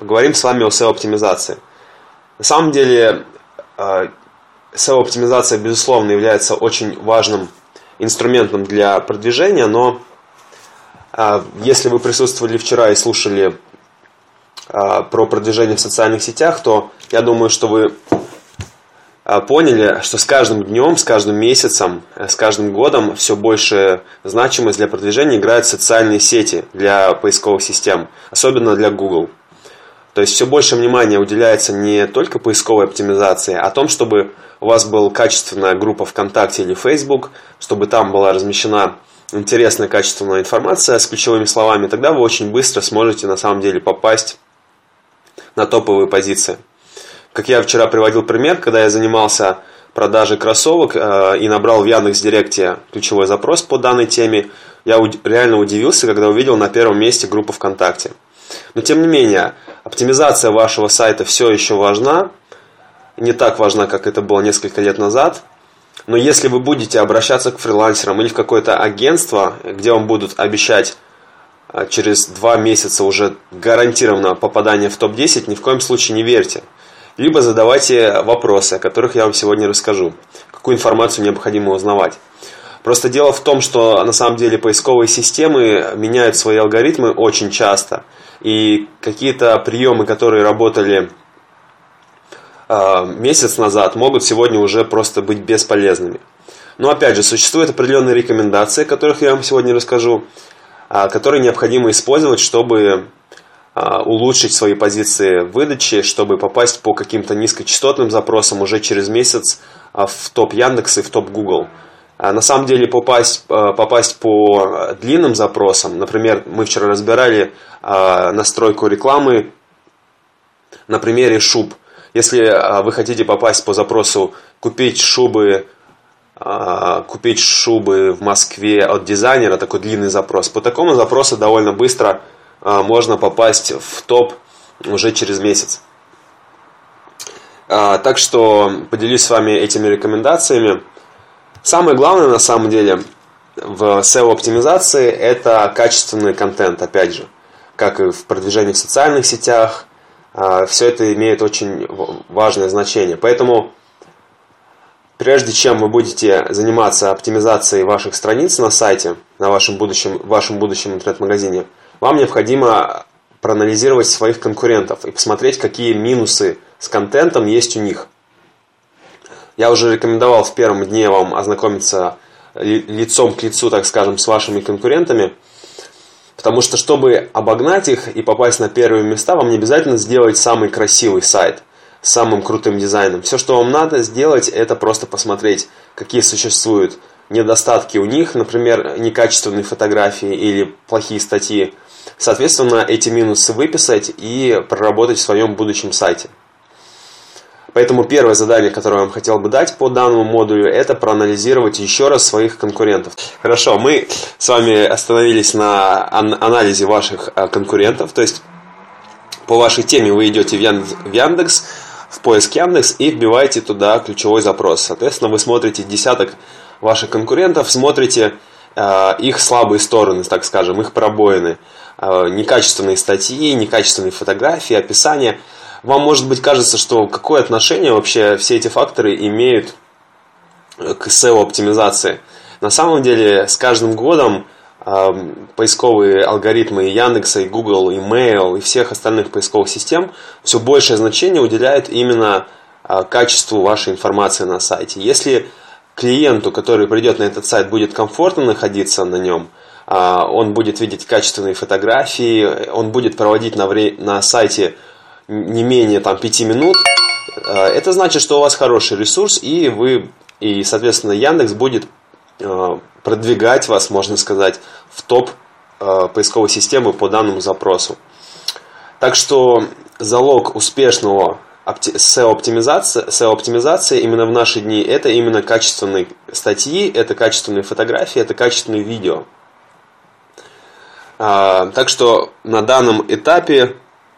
поговорим с вами о SEO-оптимизации. На самом деле, SEO-оптимизация, безусловно, является очень важным инструментом для продвижения, но если вы присутствовали вчера и слушали про продвижение в социальных сетях, то я думаю, что вы поняли, что с каждым днем, с каждым месяцем, с каждым годом все больше значимость для продвижения играют социальные сети для поисковых систем, особенно для Google. То есть все больше внимания уделяется не только поисковой оптимизации, а том, чтобы у вас была качественная группа ВКонтакте или Facebook, чтобы там была размещена интересная качественная информация с ключевыми словами, тогда вы очень быстро сможете на самом деле попасть на топовые позиции. Как я вчера приводил пример, когда я занимался продажей кроссовок и набрал в Яндекс.Директе ключевой запрос по данной теме, я реально удивился, когда увидел на первом месте группу ВКонтакте. Но тем не менее, оптимизация вашего сайта все еще важна, не так важна, как это было несколько лет назад. Но если вы будете обращаться к фрилансерам или в какое-то агентство, где вам будут обещать через 2 месяца уже гарантированно попадание в топ-10, ни в коем случае не верьте. Либо задавайте вопросы, о которых я вам сегодня расскажу. Какую информацию необходимо узнавать. Просто дело в том, что на самом деле поисковые системы меняют свои алгоритмы очень часто. И какие-то приемы, которые работали месяц назад, могут сегодня уже просто быть бесполезными. Но опять же, существуют определенные рекомендации, о которых я вам сегодня расскажу, которые необходимо использовать, чтобы улучшить свои позиции выдачи, чтобы попасть по каким-то низкочастотным запросам уже через месяц в топ Яндекс и в топ Google. На самом деле попасть по длинным запросам, например, мы вчера разбирали настройку рекламы на примере шуб. Если вы хотите попасть по запросу купить шубы в Москве от дизайнера, такой длинный запрос, по такому запросу довольно быстро можно попасть в топ уже через месяц. Так что поделюсь с вами этими рекомендациями. Самое главное на самом деле в SEO-оптимизации это качественный контент, опять же. Как и в продвижении в социальных сетях, все это имеет очень важное значение. Поэтому прежде чем вы будете заниматься оптимизацией ваших страниц на сайте, на вашем будущем интернет-магазине, вам необходимо проанализировать своих конкурентов и посмотреть, какие минусы с контентом есть у них. Я уже рекомендовал в первом дне вам ознакомиться лицом к лицу, так скажем, с вашими конкурентами, потому что, чтобы обогнать их и попасть на первые места, вам не обязательно сделать самый красивый сайт с самым крутым дизайном. Все, что вам надо сделать, это просто посмотреть, какие существуют недостатки у них, например, некачественные фотографии или плохие статьи. Соответственно, эти минусы выписать и проработать в своем будущем сайте. Поэтому первое задание, которое я вам хотел бы дать по данному модулю, это проанализировать еще раз своих конкурентов. Хорошо, мы с вами остановились на анализе ваших конкурентов. То есть по вашей теме вы идете в Яндекс, в поиск Яндекс и вбиваете туда ключевой запрос. Соответственно, вы смотрите десяток ваших конкурентов, смотрите их слабые стороны, так скажем, их пробоины, некачественные статьи, некачественные фотографии, описания. Вам, может быть, кажется, что какое отношение вообще все эти факторы имеют к SEO-оптимизации. На самом деле, с каждым годом поисковые алгоритмы и Яндекса, и Google, и Mail, и всех остальных поисковых систем все большее значение уделяют именно качеству вашей информации на сайте. Если клиенту, который придет на этот сайт, будет комфортно находиться на нем, он будет видеть качественные фотографии, он будет проводить на сайте не менее 5 минут, это значит, что у вас хороший ресурс, и соответственно, Яндекс будет продвигать вас, можно сказать, в топ поисковой системы по данному запросу. Так что залог успешного SEO-оптимизации именно в наши дни это именно качественные статьи, это качественные фотографии, это качественные видео. Так что на данном этапе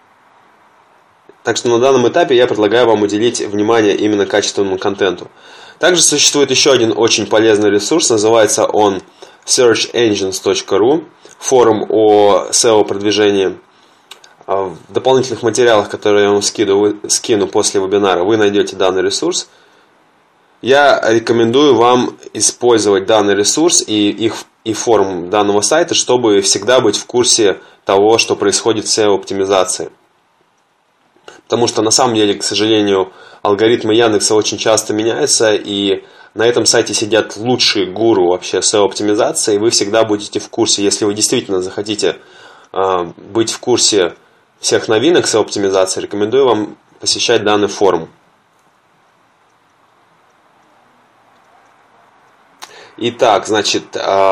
я предлагаю вам уделить внимание именно качественному контенту. Также существует еще один очень полезный ресурс, называется он searchengines.ru, форум о SEO-продвижении. в дополнительных материалах, которые я вам скину после вебинара, вы найдете данный ресурс. Я рекомендую вам использовать данный ресурс и форму данного сайта, чтобы всегда быть в курсе того, что происходит в SEO-оптимизации. Потому что на самом деле, к сожалению, алгоритмы Яндекса очень часто меняются, и на этом сайте сидят лучшие гуру вообще SEO-оптимизации, и вы всегда будете в курсе. Если вы действительно захотите быть в курсе всех новинок SEO-оптимизации, рекомендую вам посещать данный форум. Итак, значит,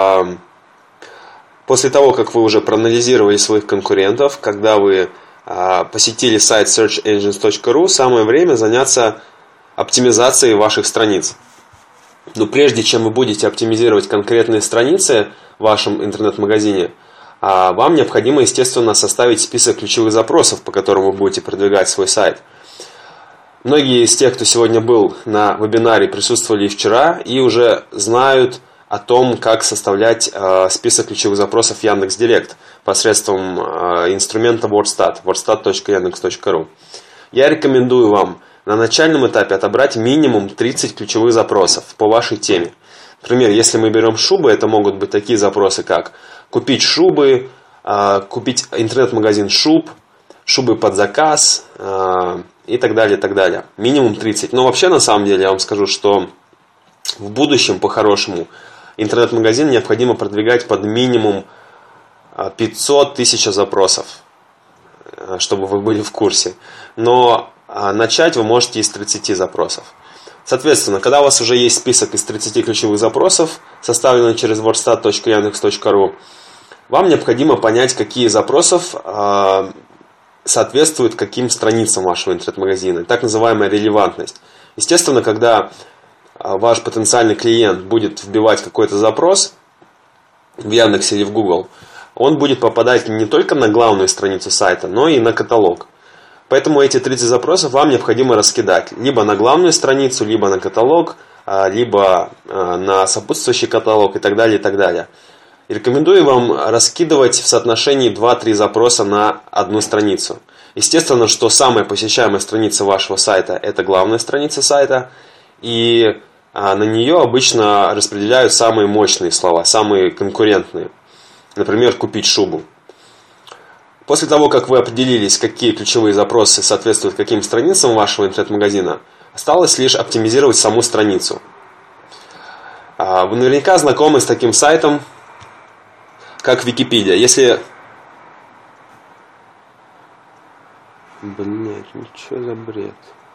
после того, как вы уже проанализировали своих конкурентов, когда вы посетили сайт searchengines.ru, самое время заняться оптимизацией ваших страниц. Но прежде чем вы будете оптимизировать конкретные страницы в вашем интернет-магазине, вам необходимо, естественно, составить список ключевых запросов, по которым вы будете продвигать свой сайт. Многие из тех, кто сегодня был на вебинаре, присутствовали и вчера, и уже знают о том, как составлять список ключевых запросов в Яндекс.Директ посредством инструмента WordStat, wordstat.yandex.ru. Я рекомендую вам на начальном этапе отобрать минимум 30 ключевых запросов по вашей теме. Например, если мы берем шубы, это могут быть такие запросы, как купить шубы, купить интернет-магазин шуб, шубы под заказ и так далее, и так далее. Минимум 30. Но вообще, на самом деле, я вам скажу, что в будущем, по-хорошему, интернет-магазин необходимо продвигать под минимум 500 тысяч запросов, чтобы вы были в курсе. Но начать вы можете из 30 запросов. Соответственно, когда у вас уже есть список из 30 ключевых запросов, составленный через wordstat.yandex.ru, вам необходимо понять, какие запросов соответствуют каким страницам вашего интернет-магазина. Так называемая релевантность. Естественно, когда ваш потенциальный клиент будет вбивать какой-то запрос в Яндексе или в Google, он будет попадать не только на главную страницу сайта, но и на каталог. Поэтому эти 30 запросов вам необходимо раскидать либо на главную страницу, либо на каталог, либо на сопутствующий каталог и так далее, и так далее. И рекомендую вам раскидывать в соотношении 2-3 запроса на одну страницу. Естественно, что самая посещаемая страница вашего сайта – это главная страница сайта, и на нее обычно распределяют самые мощные слова, самые конкурентные. Например, «купить шубу». После того, как вы определились, какие ключевые запросы соответствуют каким страницам вашего интернет-магазина, осталось лишь оптимизировать саму страницу. Вы наверняка знакомы с таким сайтом, как Википедия. Если... Блять, ну что за бред?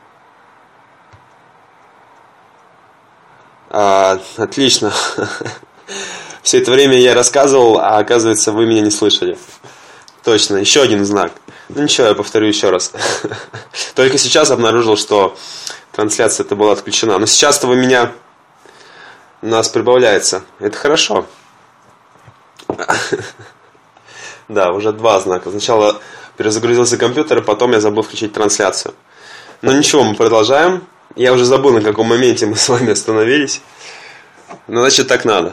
Отлично. Все это время я рассказывал, а оказывается, вы меня не слышали. Точно, еще один знак. Ну ничего, я повторю еще раз. Только сейчас обнаружил, что трансляция-то была отключена. Но сейчас-то вы меня... У нас прибавляется. Это хорошо. Да, уже 2 знака. Сначала перезагрузился компьютер, а потом я забыл включить трансляцию. Но ничего, мы продолжаем. Я уже забыл, на каком моменте мы с вами остановились. Но значит, так надо.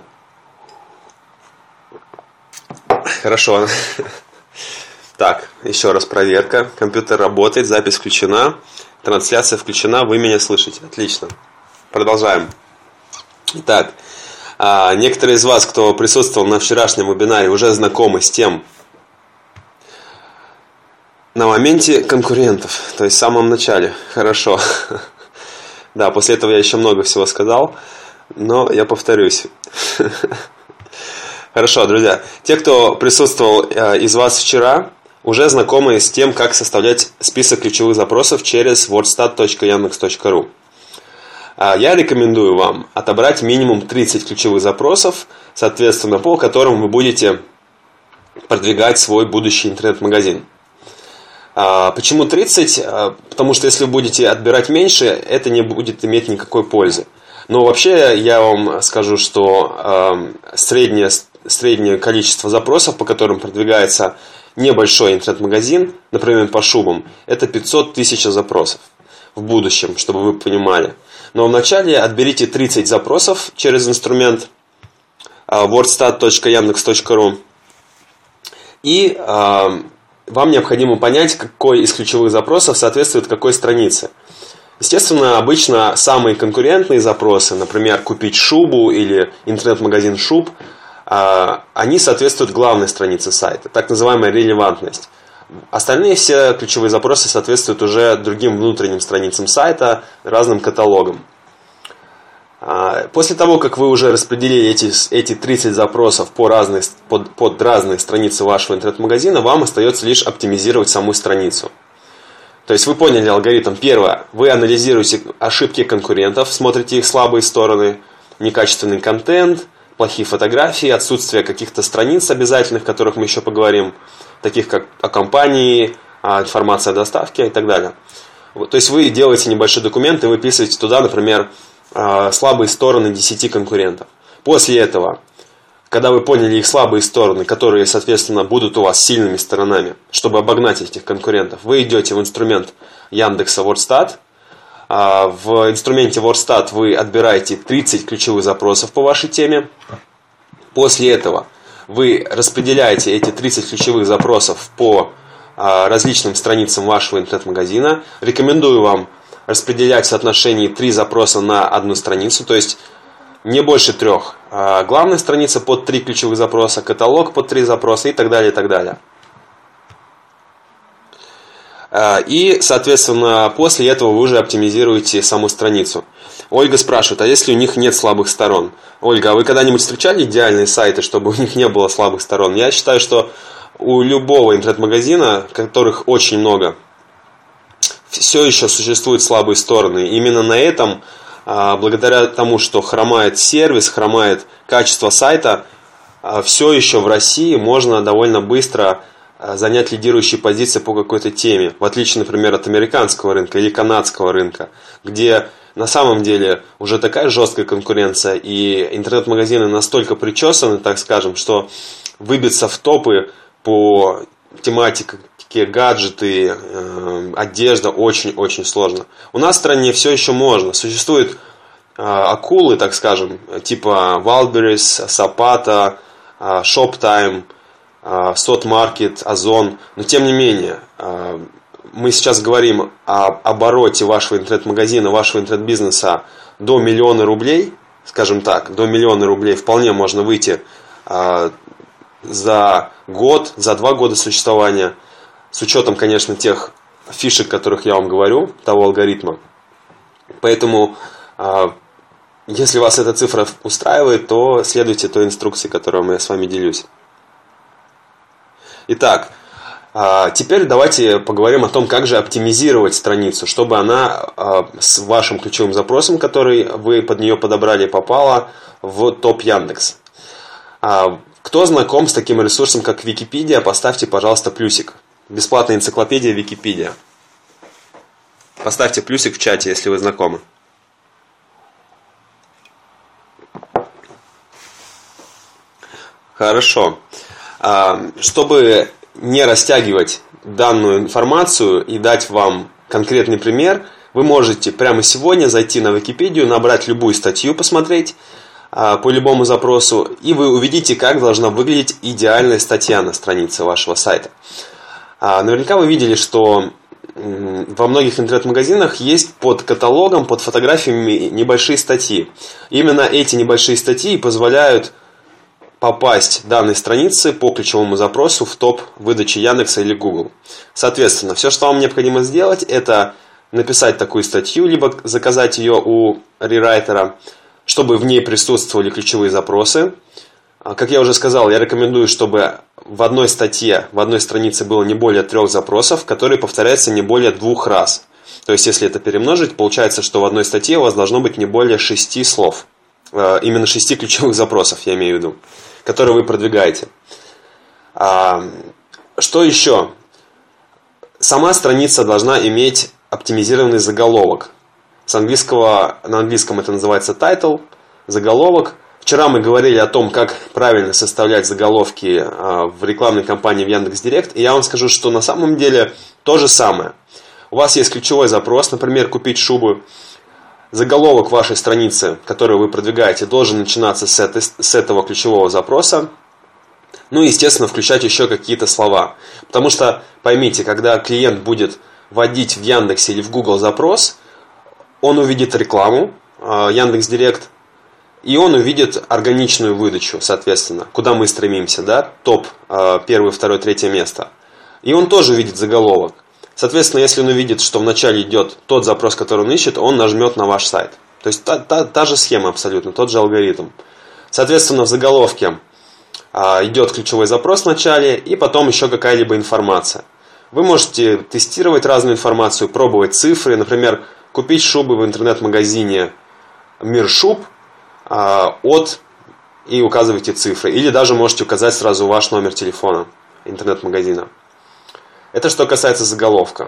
Хорошо. Так, еще раз проверка. Компьютер работает, запись включена, трансляция включена, вы меня слышите. Отлично. Продолжаем. Итак, некоторые из вас, кто присутствовал на вчерашнем вебинаре, уже знакомы с тем, на моменте конкурентов, то есть в самом начале. Хорошо. Да, после этого я еще много всего сказал, но я повторюсь. Хорошо, друзья. Те, кто присутствовал из вас вчера, уже знакомы с тем, как составлять список ключевых запросов через wordstat.yandex.ru. Я рекомендую вам отобрать минимум 30 ключевых запросов, соответственно, по которым вы будете продвигать свой будущий интернет-магазин. Почему 30? Потому что если вы будете отбирать меньше, это не будет иметь никакой пользы. Но вообще я вам скажу, что среднее количество запросов, по которым продвигается небольшой интернет-магазин, например, по шубам, это 500 тысяч запросов в будущем, чтобы вы понимали. Но вначале отберите 30 запросов через инструмент wordstat.yandex.ru и вам необходимо понять, какой из ключевых запросов соответствует какой странице. Естественно, обычно самые конкурентные запросы, например, купить шубу или интернет-магазин шуб, они соответствуют главной странице сайта, так называемая релевантность. Остальные все ключевые запросы соответствуют уже другим внутренним страницам сайта, разным каталогам. После того, как вы уже распределили эти 30 запросов под разные страницы вашего интернет-магазина, вам остается лишь оптимизировать саму страницу. То есть вы поняли алгоритм. Первое. Вы анализируете ошибки конкурентов, смотрите их слабые стороны, некачественный контент, плохие фотографии, отсутствие каких-то страниц обязательных, о которых мы еще поговорим, таких как о компании, информация о доставке и так далее. То есть вы делаете небольшой документ и выписываете туда, например, слабые стороны 10 конкурентов. После этого, когда вы поняли их слабые стороны, которые, соответственно, будут у вас сильными сторонами, чтобы обогнать этих конкурентов, вы идете в инструмент Яндекса WordStat. В инструменте WordStat вы отбираете 30 ключевых запросов по вашей теме. После этого вы распределяете эти 30 ключевых запросов по различным страницам вашего интернет-магазина. Рекомендую вам распределять в соотношении 3 запроса на одну страницу, то есть не больше 3. Главная страница под 3 ключевых запроса, каталог под 3 запроса и так далее, и так далее. И, соответственно, после этого вы уже оптимизируете саму страницу. Ольга спрашивает, а если у них нет слабых сторон? Ольга, а вы когда-нибудь встречали идеальные сайты, чтобы у них не было слабых сторон? Я считаю, что у любого интернет-магазина, которых очень много, все еще существуют слабые стороны. Именно на этом, благодаря тому, что хромает сервис, хромает качество сайта, все еще в России можно довольно быстро занять лидирующие позиции по какой-то теме. В отличие, например, от американского рынка или канадского рынка, где на самом деле уже такая жесткая конкуренция, и интернет-магазины настолько причесаны, так скажем, что выбиться в топы по тематике гаджеты, одежда очень-очень сложно. У нас в стране все еще можно. Существуют акулы, так скажем, типа Wildberries, Zapata, Shoptime, Sotmarket, Озон. Но тем не менее, мы сейчас говорим об обороте вашего интернет-магазина, вашего интернет-бизнеса до 1 000 000 рублей. Скажем так, до 1 000 000 рублей вполне можно выйти за год, за 2 года существования. С учетом, конечно, тех фишек, о которых я вам говорю, того алгоритма. Поэтому, если вас эта цифра устраивает, то следуйте той инструкции, которой я с вами делюсь. Итак, теперь давайте поговорим о том, как же оптимизировать страницу, чтобы она с вашим ключевым запросом, который вы под нее подобрали, попала в топ Яндекс. Кто знаком с таким ресурсом, как Википедия, поставьте, пожалуйста, плюсик. Бесплатная энциклопедия Википедия. Поставьте плюсик в чате, если вы знакомы. Хорошо. Чтобы не растягивать данную информацию и дать вам конкретный пример, вы можете прямо сегодня зайти на Википедию, набрать любую статью, посмотреть по любому запросу, и вы увидите, как должна выглядеть идеальная статья на странице вашего сайта. Наверняка вы видели, что во многих интернет-магазинах есть под каталогом, под фотографиями небольшие статьи. Именно эти небольшие статьи позволяют попасть данной страницы по ключевому запросу в топ выдачи Яндекса или Google. Соответственно, все, что вам необходимо сделать, это написать такую статью, либо заказать ее у рерайтера, чтобы в ней присутствовали ключевые запросы. Как я уже сказал, я рекомендую, чтобы в одной статье, в одной странице было не более 3 запросов, которые повторяются не более 2 раз. То есть, если это перемножить, получается, что в одной статье у вас должно быть не более 6 слов. Именно 6 ключевых запросов, я имею в виду, которые вы продвигаете. Что еще? Сама страница должна иметь оптимизированный заголовок. На английском это называется title, заголовок. Вчера мы говорили о том, как правильно составлять заголовки в рекламной кампании в Яндекс.Директ. И я вам скажу, что на самом деле то же самое. У вас есть ключевой запрос, например, купить шубу. Заголовок вашей страницы, которую вы продвигаете, должен начинаться с этого ключевого запроса. Ну и, естественно, включать еще какие-то слова. Потому что, поймите, когда клиент будет вводить в Яндексе или в Google запрос, он увидит рекламу, Яндекс.Директ, и он увидит органичную выдачу, соответственно, куда мы стремимся, да, топ, первое, второе, третье место. И он тоже увидит заголовок. Соответственно, если он увидит, что вначале идет тот запрос, который он ищет, он нажмет на ваш сайт. То есть та же схема абсолютно, тот же алгоритм. Соответственно, в заголовке идет ключевой запрос в начале, и потом еще какая-либо информация. Вы можете тестировать разную информацию, пробовать цифры, например, купить шубы в интернет-магазине «Мир шуб» и указываете цифры. Или даже можете указать сразу ваш номер телефона интернет-магазина. Это что касается заголовка.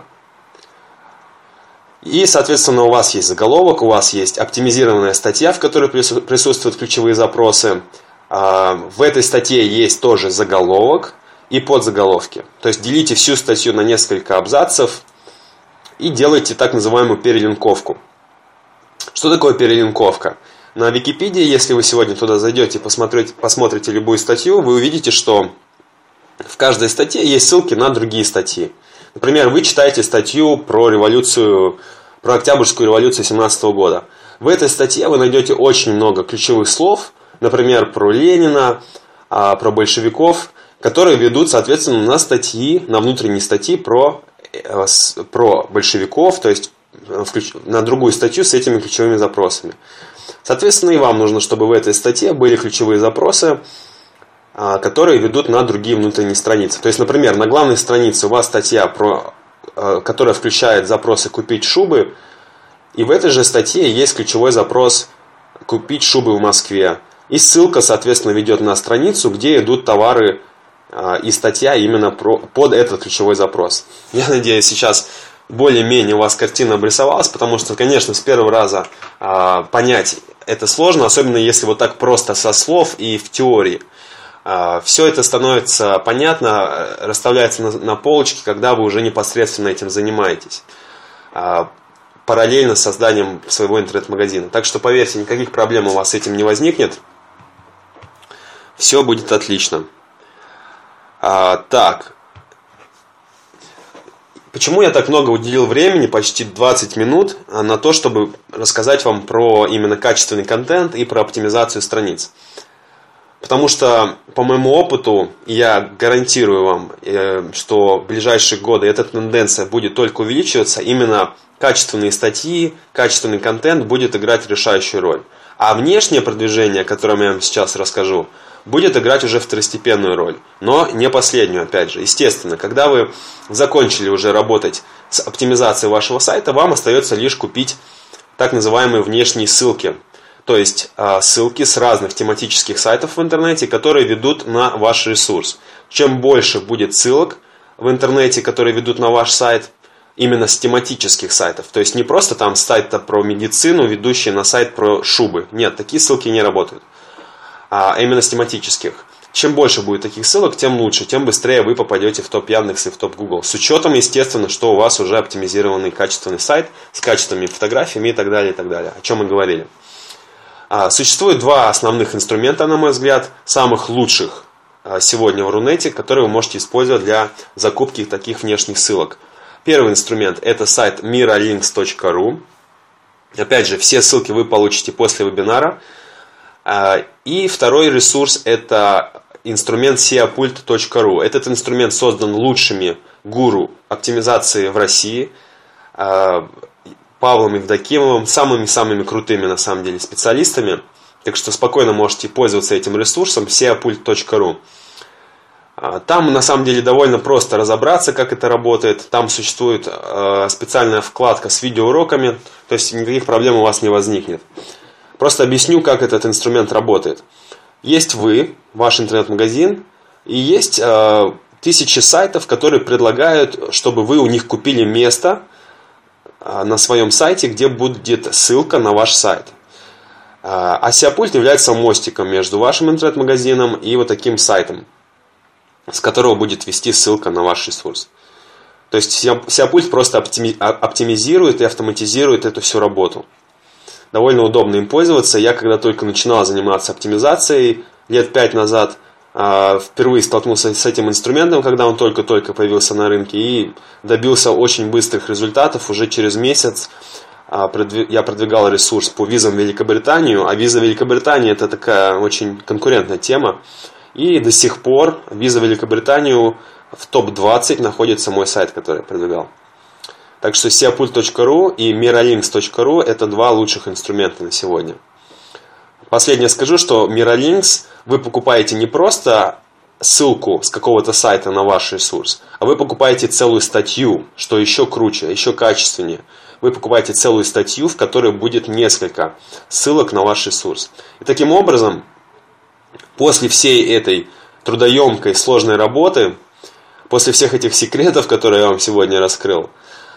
И, соответственно, у вас есть заголовок, у вас есть оптимизированная статья, в которой присутствуют ключевые запросы. В этой статье есть тоже заголовок и подзаголовки. То есть делите всю статью на несколько абзацев и делайте так называемую перелинковку. Что такое перелинковка? На Википедии, если вы сегодня туда зайдете и посмотрите любую статью, вы увидите, что в каждой статье есть ссылки на другие статьи. Например, вы читаете статью про Октябрьскую революцию 17 года. В этой статье вы найдете очень много ключевых слов, например, про Ленина, про большевиков, которые ведут, соответственно, на статьи, на внутренние статьи про большевиков, то есть на другую статью с этими ключевыми запросами. Соответственно, и вам нужно, чтобы в этой статье были ключевые запросы, которые ведут на другие внутренние страницы. То есть, например, на главной странице у вас статья, которая включает запросы «купить шубы», и в этой же статье есть ключевой запрос «купить шубы в Москве». И ссылка, соответственно, ведет на страницу, где идут товары и статья именно под этот ключевой запрос. Я надеюсь, сейчас более-менее у вас картина обрисовалась, потому что, конечно, с первого раза понять это сложно, особенно если вот так просто со слов и в теории. Все это становится понятно, расставляется на полочке, когда вы уже непосредственно этим занимаетесь, параллельно с созданием своего интернет-магазина. Так что, поверьте, никаких проблем у вас с этим не возникнет. Все будет отлично. Так. Почему я так много уделил времени, почти 20 минут, на то, чтобы рассказать вам про именно качественный контент и про оптимизацию страниц? Потому что, по моему опыту, я гарантирую вам, что в ближайшие годы эта тенденция будет только увеличиваться. Именно качественные статьи, качественный контент будет играть решающую роль. А внешнее продвижение, о котором я вам сейчас расскажу, будет играть уже второстепенную роль. Но не последнюю, опять же. Естественно, когда вы закончили уже работать с оптимизацией вашего сайта, вам остается лишь купить так называемые внешние ссылки. То есть ссылки с разных тематических сайтов в интернете, которые ведут на ваш ресурс. Чем больше будет ссылок в интернете, которые ведут на ваш сайт, именно с тематических сайтов. То есть не просто там сайт про медицину, ведущий на сайт про шубы. Нет, такие ссылки не работают. А именно с тематических. Чем больше будет таких ссылок, тем лучше, тем быстрее вы попадете в топ Яндекс и в топ Google. С учетом, естественно, что у вас уже оптимизированный качественный сайт с качественными фотографиями и так далее, о чем мы говорили. Существует два основных инструмента, на мой взгляд, самых лучших сегодня в Рунете, которые вы можете использовать для закупки таких внешних ссылок. Первый инструмент – это сайт miralinks.ru. Опять же, все ссылки вы получите после вебинара. И второй ресурс – это инструмент seapult.ru. Этот инструмент создан лучшими гуру оптимизации в России, Павлом Евдокимовым, самыми крутыми на самом деле специалистами. Так что спокойно можете пользоваться этим ресурсом seapult.ru. Там на самом деле довольно просто разобраться, как это работает. Там существует специальная вкладка с видеоуроками, то есть никаких проблем у вас не возникнет. Просто объясню, как этот инструмент работает. Есть вы, ваш интернет-магазин, и есть тысячи сайтов, которые предлагают, чтобы вы у них купили место на своем сайте, где будет ссылка на ваш сайт. А SEAPult является мостиком между вашим интернет-магазином и вот таким сайтом, с которого будет вести ссылка на ваш ресурс. То есть SEAPult просто оптимизирует и автоматизирует эту всю работу. Довольно удобно им пользоваться. Я когда только начинал заниматься оптимизацией лет 5 назад, впервые столкнулся с этим инструментом, когда он только-только появился на рынке, и добился очень быстрых результатов. Уже через месяц я продвигал ресурс по визам в Великобританию, а виза Великобритании это такая очень конкурентная тема. И до сих пор виза в Великобританию в топ-20 находится мой сайт, который я продвигал. Так что seapult.ru и miralinks.ru это два лучших инструмента на сегодня. Последнее скажу, что Miralinks вы покупаете не просто ссылку с какого-то сайта на ваш ресурс, а вы покупаете целую статью, что еще круче, еще качественнее. Вы покупаете целую статью, в которой будет несколько ссылок на ваш ресурс. И таким образом, после всей этой трудоемкой, сложной работы, после всех этих секретов, которые я вам сегодня раскрыл,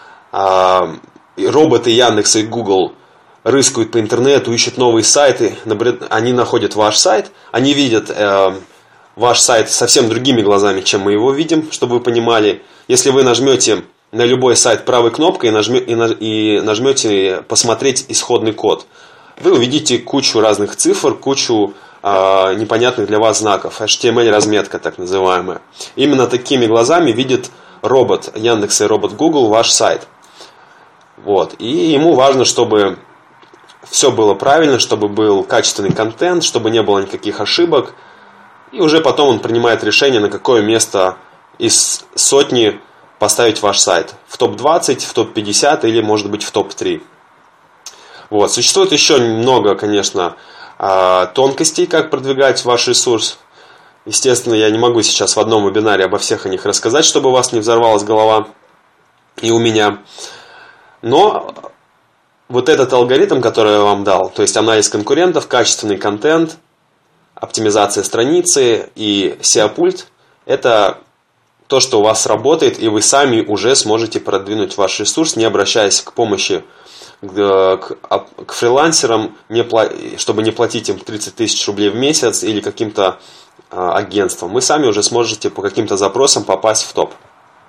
роботы Яндекса и Google рыскают по интернету, ищут новые сайты, они находят ваш сайт, они видят ваш сайт совсем другими глазами, чем мы его видим, чтобы вы понимали. Если вы нажмете на любой сайт правой кнопкой и нажмете «Посмотреть исходный код», вы увидите кучу разных цифр, кучу непонятных для вас знаков, HTML-разметка так называемая. Именно такими глазами видит робот Яндекса и робот Google ваш сайт. Вот. И ему важно, чтобы все было правильно, чтобы был качественный контент, чтобы не было никаких ошибок. И уже потом он принимает решение, на какое место из сотни поставить ваш сайт. В топ-20, в топ-50 или, может быть, в топ-3. Вот. Существует еще много, конечно, тонкостей, как продвигать ваш ресурс. Естественно, я не могу сейчас в одном вебинаре обо всех о них рассказать, чтобы у вас не взорвалась голова и у меня. Но вот этот алгоритм, который я вам дал, то есть анализ конкурентов, качественный контент, оптимизация страницы и SEO-пульт, это то, что у вас работает, и вы сами уже сможете продвинуть ваш ресурс, не обращаясь к помощи к фрилансерам, чтобы не платить им 30 тысяч рублей в месяц или каким-то агентствам. Вы сами уже сможете по каким-то запросам попасть в топ.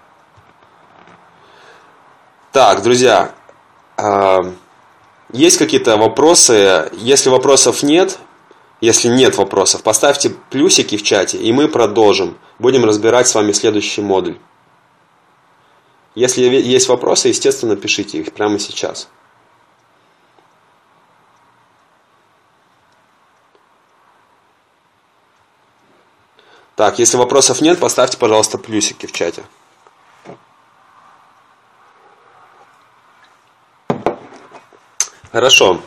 Так, друзья, есть какие-то вопросы? Если вопросов нет, если нет вопросов, поставьте плюсики в чате, и мы продолжим. Будем разбирать с вами следующий модуль. Если есть вопросы, естественно, пишите их прямо сейчас. Так, если вопросов нет, поставьте, пожалуйста, плюсики в чате. Хорошо.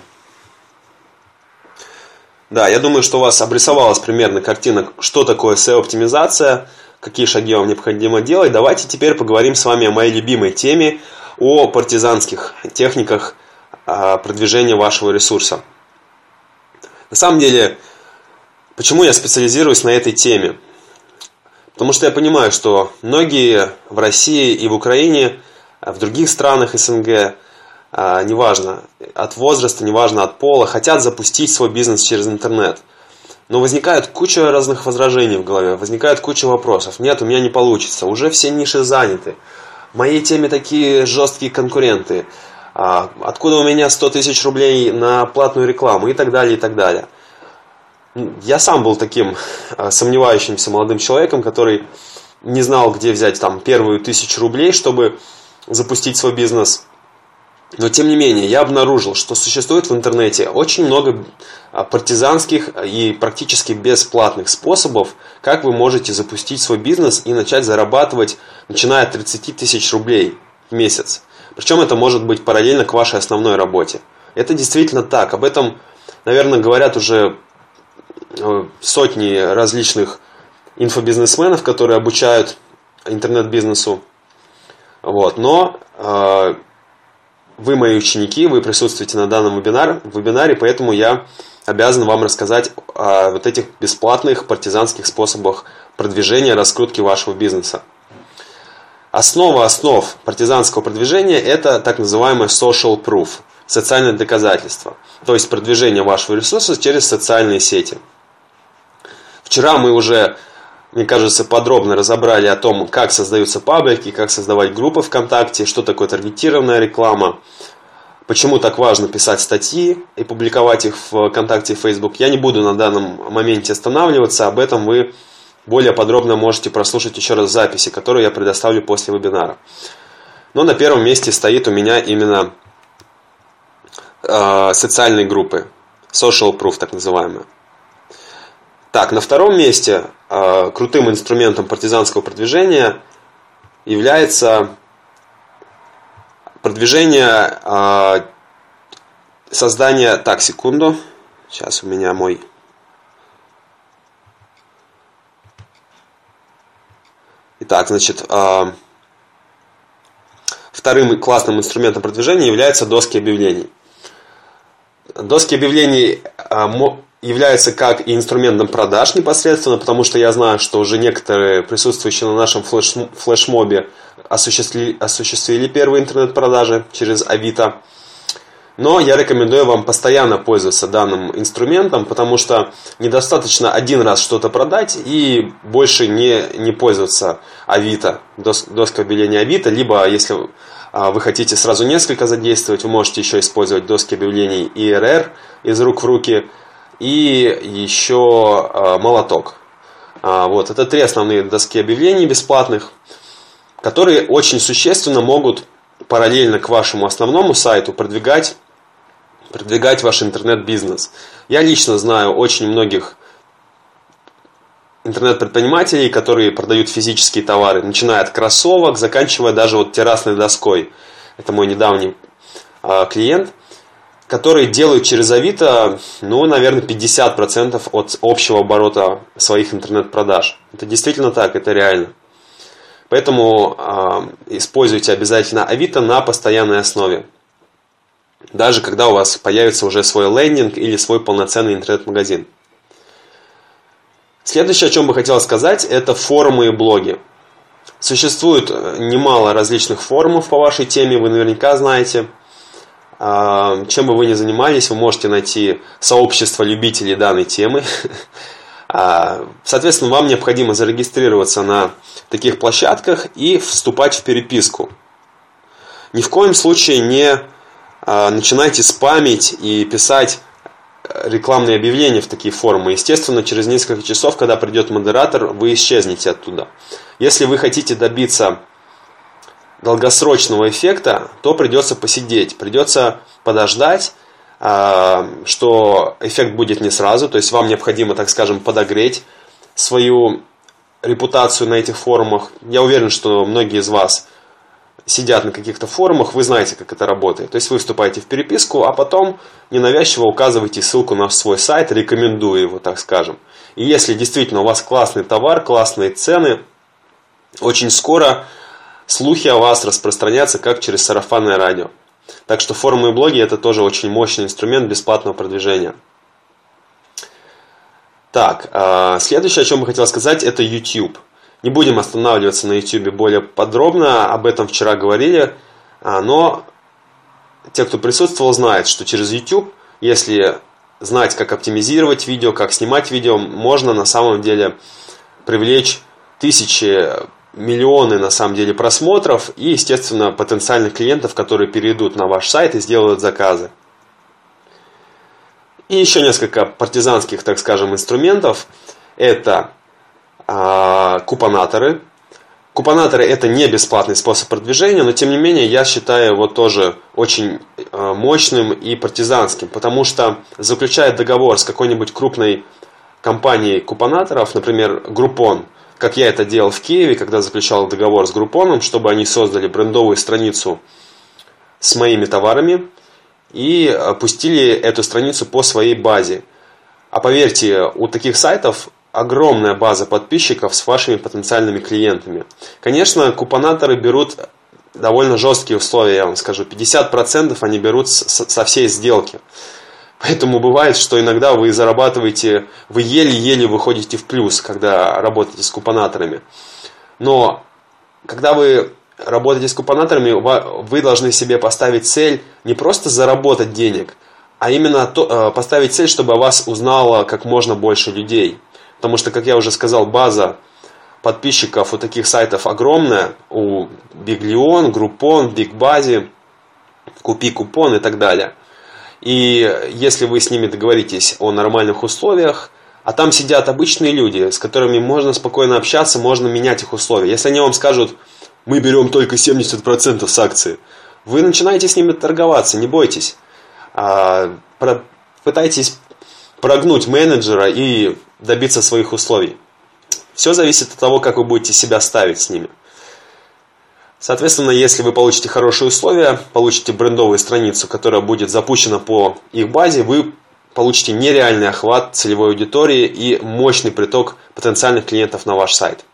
Да, я думаю, что у вас обрисовалась примерно картина, что такое SEO-оптимизация, какие шаги вам необходимо делать. Давайте теперь поговорим с вами о моей любимой теме, о партизанских техниках продвижения вашего ресурса. На самом деле, почему я специализируюсь на этой теме? Потому что я понимаю, что многие в России и в Украине, в других странах СНГ, неважно от возраста, неважно от пола, хотят запустить свой бизнес через интернет. Но возникает куча разных возражений в голове, возникает куча вопросов. Нет, у меня не получится, уже все ниши заняты. В моей теме такие жесткие конкуренты. Откуда у меня 100 тысяч рублей на платную рекламу и так далее, и так далее. Я сам был таким сомневающимся молодым человеком, который не знал, где взять там первую 1000 рублей, чтобы запустить свой бизнес. Но тем не менее, я обнаружил, что существует в интернете очень много партизанских и практически бесплатных способов, как вы можете запустить свой бизнес и начать зарабатывать, начиная от 30 тысяч рублей в месяц. Причем это может быть параллельно к вашей основной работе. Это действительно так. Об этом, наверное, говорят уже сотни различных инфобизнесменов, которые обучают интернет-бизнесу. Вот. Но вы мои ученики, вы присутствуете на данном вебинаре, поэтому я обязан вам рассказать о вот этих бесплатных партизанских способах продвижения, раскрутки вашего бизнеса. Основа основ партизанского продвижения – это так называемое social proof, социальное доказательство, то есть продвижение вашего ресурса через социальные сети. Вчера мы уже, мне кажется, подробно разобрали о том, как создаются паблики, как создавать группы ВКонтакте, что такое таргетированная реклама, почему так важно писать статьи и публиковать их в ВКонтакте и Facebook. Я не буду на данном моменте останавливаться, об этом вы более подробно можете прослушать еще раз записи, которые я предоставлю после вебинара. Но на первом месте стоит у меня именно социальные группы, social proof так называемые. Так, на втором месте крутым инструментом партизанского продвижения является продвижение создания... Так, секунду. Сейчас у меня мой... Итак, значит, вторым классным инструментом продвижения являются доски объявлений. Доски объявлений являются как и инструментом продаж непосредственно, потому что я знаю, что уже некоторые присутствующие на нашем флешмобе осуществили первые интернет-продажи через Авито. Но я рекомендую вам постоянно пользоваться данным инструментом, потому что недостаточно один раз что-то продать и больше не пользоваться Авито, доской объявлений Авито, либо если вы хотите сразу несколько задействовать, вы можете еще использовать доски объявлений ИРР из рук в руки и еще молоток. Вот, это 3 основные доски объявлений бесплатных, которые очень существенно могут параллельно к вашему основному сайту продвигать ваш интернет-бизнес. Я лично знаю очень многих интернет-предпринимателей, которые продают физические товары, начиная от кроссовок, заканчивая даже вот террасной доской. Это мой недавний клиент, которые делают через Авито, наверное, 50% от общего оборота своих интернет-продаж. Это действительно так, это реально. Поэтому используйте обязательно Авито на постоянной основе. Даже когда у вас появится уже свой лендинг или свой полноценный интернет-магазин. Следующее, о чем бы хотел сказать, это форумы и блоги. Существует немало различных форумов по вашей теме, вы наверняка знаете. Чем бы вы ни занимались, вы можете найти сообщество любителей данной темы. Соответственно, вам необходимо зарегистрироваться на таких площадках и вступать в переписку. Ни в коем случае не начинайте спамить и писать рекламные объявления в такие форумы. Естественно, через несколько часов, когда придет модератор, вы исчезнете оттуда. Если вы хотите добиться долгосрочного эффекта, то придется посидеть, придется подождать, что эффект будет не сразу, то есть вам необходимо, так скажем, подогреть свою репутацию на этих форумах. Я уверен, что многие из вас сидят на каких-то форумах, вы знаете, как это работает. То есть вы вступаете в переписку, а потом ненавязчиво указываете ссылку на свой сайт, рекомендуя его, так скажем. И если действительно у вас классный товар, классные цены, очень скоро слухи о вас распространятся как через сарафанное радио. Так что форумы и блоги это тоже очень мощный инструмент бесплатного продвижения. Так, следующее, о чем я хотел сказать, это YouTube. Не будем останавливаться на YouTube более подробно, об этом вчера говорили, но те, кто присутствовал, знают, что через YouTube, если знать, как оптимизировать видео, как снимать видео, можно на самом деле привлечь тысячи, миллионы на самом деле просмотров и, естественно, потенциальных клиентов, которые перейдут на ваш сайт и сделают заказы. И еще несколько партизанских, так скажем, инструментов. Это купонаторы. Купонаторы это не бесплатный способ продвижения, но тем не менее я считаю его тоже очень мощным и партизанским, потому что заключая договор с какой-нибудь крупной компанией купонаторов, например, Groupon, как я это делал в Киеве, когда заключал договор с Groupon, чтобы они создали брендовую страницу с моими товарами и пустили эту страницу по своей базе. А поверьте, у таких сайтов огромная база подписчиков с вашими потенциальными клиентами. Конечно, купонаторы берут довольно жесткие условия, я вам скажу. 50% они берут со всей сделки. Поэтому бывает, что иногда вы зарабатываете, вы еле-еле выходите в плюс, когда работаете с купонаторами. Но когда вы работаете с купонаторами, вы должны себе поставить цель не просто заработать денег, а именно поставить цель, чтобы о вас узнало как можно больше людей. Потому что, как я уже сказал, база подписчиков у таких сайтов огромная. У Биглион, Groupon, BigBazi, Купи Купон и так далее. И если вы с ними договоритесь о нормальных условиях, А там сидят обычные люди, с которыми можно спокойно общаться, можно менять их условия. Если они вам скажут, мы берем только 70% с акции, вы начинаете с ними торговаться, не бойтесь. Пытайтесь прогнуть менеджера и добиться своих условий. Все зависит от того, как вы будете себя ставить с ними. Соответственно, если вы получите хорошие условия, получите брендовую страницу, которая будет запущена по их базе, вы получите нереальный охват целевой аудитории и мощный приток потенциальных клиентов на ваш сайт.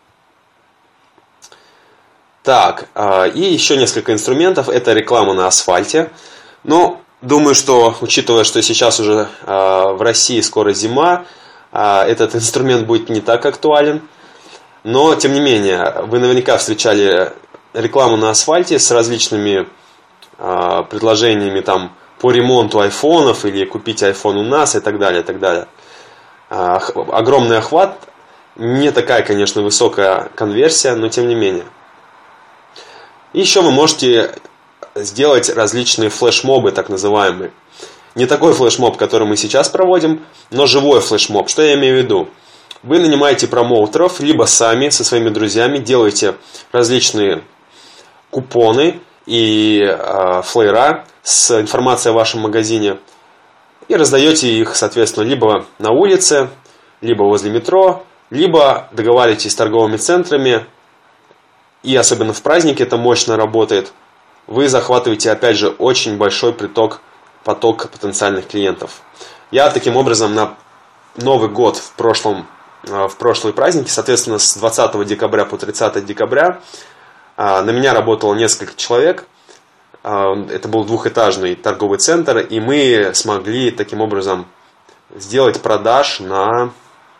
Так, и еще несколько инструментов. Это реклама на асфальте. Но думаю, что, учитывая, что сейчас уже в России скоро зима, этот инструмент будет не так актуален. Но, тем не менее, вы наверняка встречали рекламу на асфальте с различными предложениями там, по ремонту айфонов или купить айфон у нас и так далее, и так далее. Огромный охват, не такая, конечно, высокая конверсия, но тем не менее. И еще вы можете сделать различные флешмобы, так называемые. Не такой флешмоб, который мы сейчас проводим, но живой флешмоб. Что я имею в виду? Вы нанимаете промоутеров, либо сами со своими друзьями делаете различные купоны и флеера с информацией о вашем магазине и раздаете их, соответственно, либо на улице, либо возле метро, либо договариваетесь с торговыми центрами, и особенно в праздники это мощно работает. Вы захватываете, опять же, очень большой поток потенциальных клиентов. Я таким образом на Новый год в прошлые праздники, соответственно, с 20 декабря по 30 декабря, на меня работало несколько человек. Это был двухэтажный торговый центр, и мы смогли таким образом сделать продаж на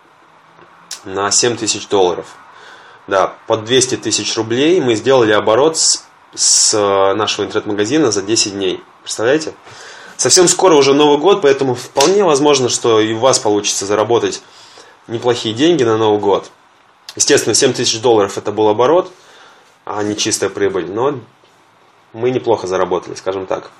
$7000. Да, под 200 тысяч рублей мы сделали оборот с нашего интернет-магазина за 10 дней. Представляете? Совсем скоро уже Новый год, поэтому вполне возможно, что и у вас получится заработать неплохие деньги на Новый год. Естественно, $7000 это был оборот, а не чистая прибыль, но мы неплохо заработали, скажем так.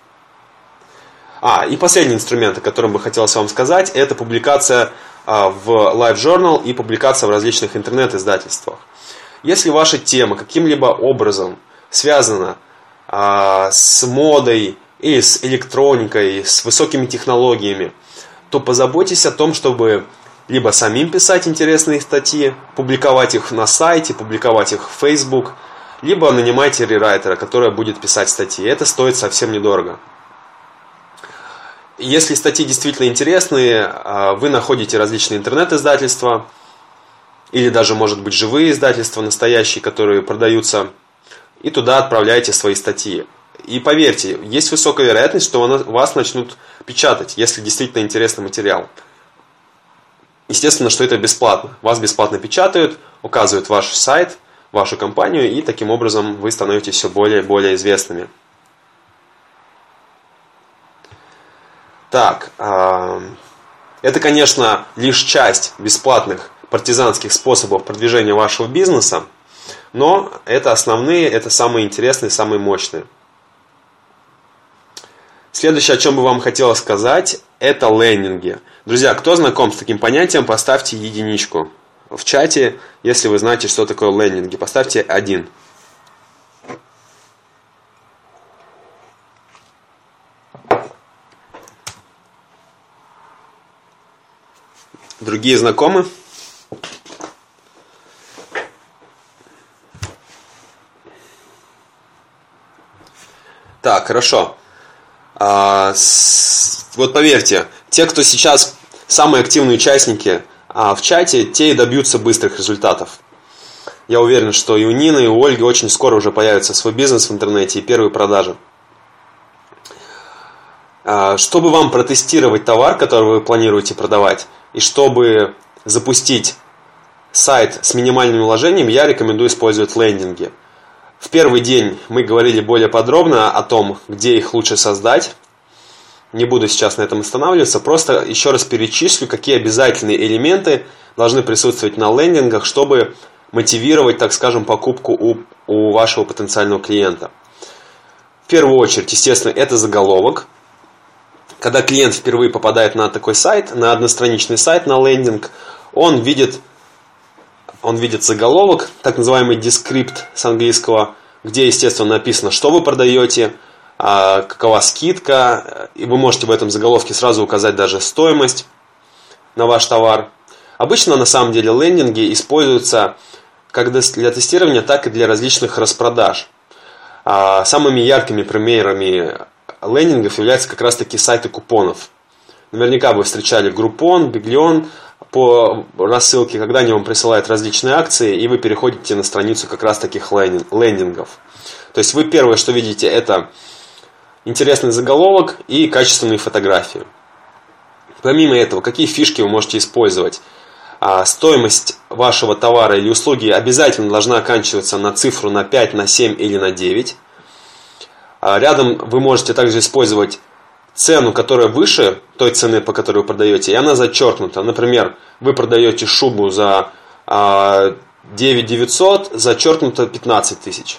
И последний инструмент, о котором бы хотелось вам сказать, это публикация в Live Journal и публикация в различных интернет-издательствах. Если ваша тема каким-либо образом связана с модой или с электроникой, с высокими технологиями, то позаботьтесь о том, чтобы либо самим писать интересные статьи, публиковать их на сайте, публиковать их в Facebook, либо нанимайте рерайтера, который будет писать статьи. Это стоит совсем недорого. Если статьи действительно интересные, вы находите различные интернет-издательства, или даже, может быть, живые издательства, настоящие, которые продаются, и туда отправляете свои статьи. И поверьте, есть высокая вероятность, что вас начнут печатать, если действительно интересный материал. Естественно, что это бесплатно. Вас бесплатно печатают, указывают ваш сайт, вашу компанию, и таким образом вы становитесь все более и более известными. Так, это, конечно, лишь часть бесплатных партизанских способов продвижения вашего бизнеса, но это основные, это самые интересные, самые мощные. Следующее, о чем бы вам хотелось сказать, это лендинги. Друзья, кто знаком с таким понятием, поставьте единичку. В чате, если вы знаете, что такое лендинги, поставьте 1. Другие знакомы? Так, хорошо. Вот поверьте, те, кто сейчас самые активные участники в чате, те и добьются быстрых результатов. Я уверен, что и у Нины, и у Ольги очень скоро уже появится свой бизнес в интернете и первые продажи. Чтобы вам протестировать товар, который вы планируете продавать, и чтобы запустить сайт с минимальным вложением, я рекомендую использовать лендинги. В первый день мы говорили более подробно о том, где их лучше создать. Не буду сейчас на этом останавливаться, просто еще раз перечислю, какие обязательные элементы должны присутствовать на лендингах, чтобы мотивировать, так скажем, покупку у вашего потенциального клиента. В первую очередь, естественно, это заголовок, Когда клиент впервые попадает на такой сайт, на одностраничный сайт, на лендинг, он видит заголовок, так называемый descript с английского, где, естественно, написано, что вы продаете, какова скидка, и вы можете в этом заголовке сразу указать даже стоимость на ваш товар. Обычно, на самом деле, лендинги используются как для тестирования, так и для различных распродаж. Самыми яркими примерами лендингов являются как раз таки сайты купонов. Наверняка вы встречали Groupon, Biglion по рассылке, когда они вам присылают различные акции, и вы переходите на страницу как раз таких лендингов. То есть вы первое, что видите, это интересный заголовок и качественные фотографии. Помимо этого, какие фишки вы можете использовать? Стоимость вашего товара или услуги обязательно должна оканчиваться на цифру на 5, на 7 или на 9. Рядом вы можете также использовать цену, которая выше той цены, по которой вы продаете, и она зачеркнута. Например, вы продаете шубу за 9 900, зачеркнуто 15 тысяч.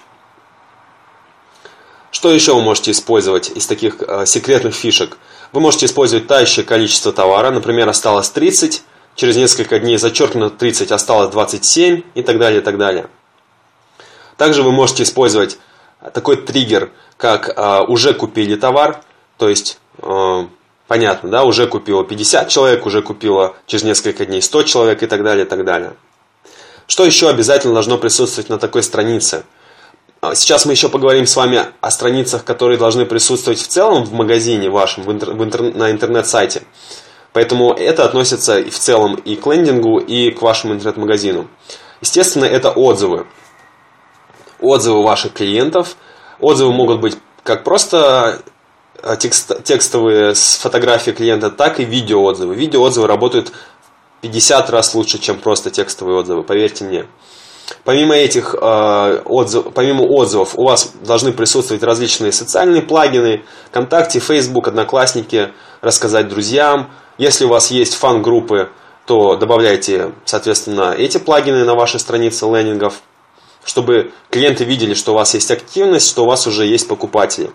Что еще вы можете использовать из таких секретных фишек? Вы можете использовать тающее количество товара, например, осталось 30, через несколько дней зачеркнуто 30, осталось 27 и так далее, и так далее. Также вы можете использовать такой триггер, как «уже купили товар», то есть, понятно, да, уже купило 50 человек, уже купило через несколько дней 100 человек и так далее, и так далее. Что еще обязательно должно присутствовать на такой странице? Сейчас мы еще поговорим с вами о страницах, которые должны присутствовать в целом в магазине вашем, на интернет-сайте. Поэтому это относится и в целом и к лендингу, и к вашему интернет-магазину. Естественно, это отзывы. Отзывы ваших клиентов. Отзывы могут быть как просто текстовые с фотографией клиента, так и видеоотзывы. Видеоотзывы работают в 50 раз лучше, чем просто текстовые отзывы, поверьте мне. Помимо отзывов, у вас должны присутствовать различные социальные плагины, ВКонтакте, Facebook, Одноклассники, рассказать друзьям. Если у вас есть фан-группы, то добавляйте, соответственно, эти плагины на ваши страницы лендингов, чтобы клиенты видели, что у вас есть активность, что у вас уже есть покупатели.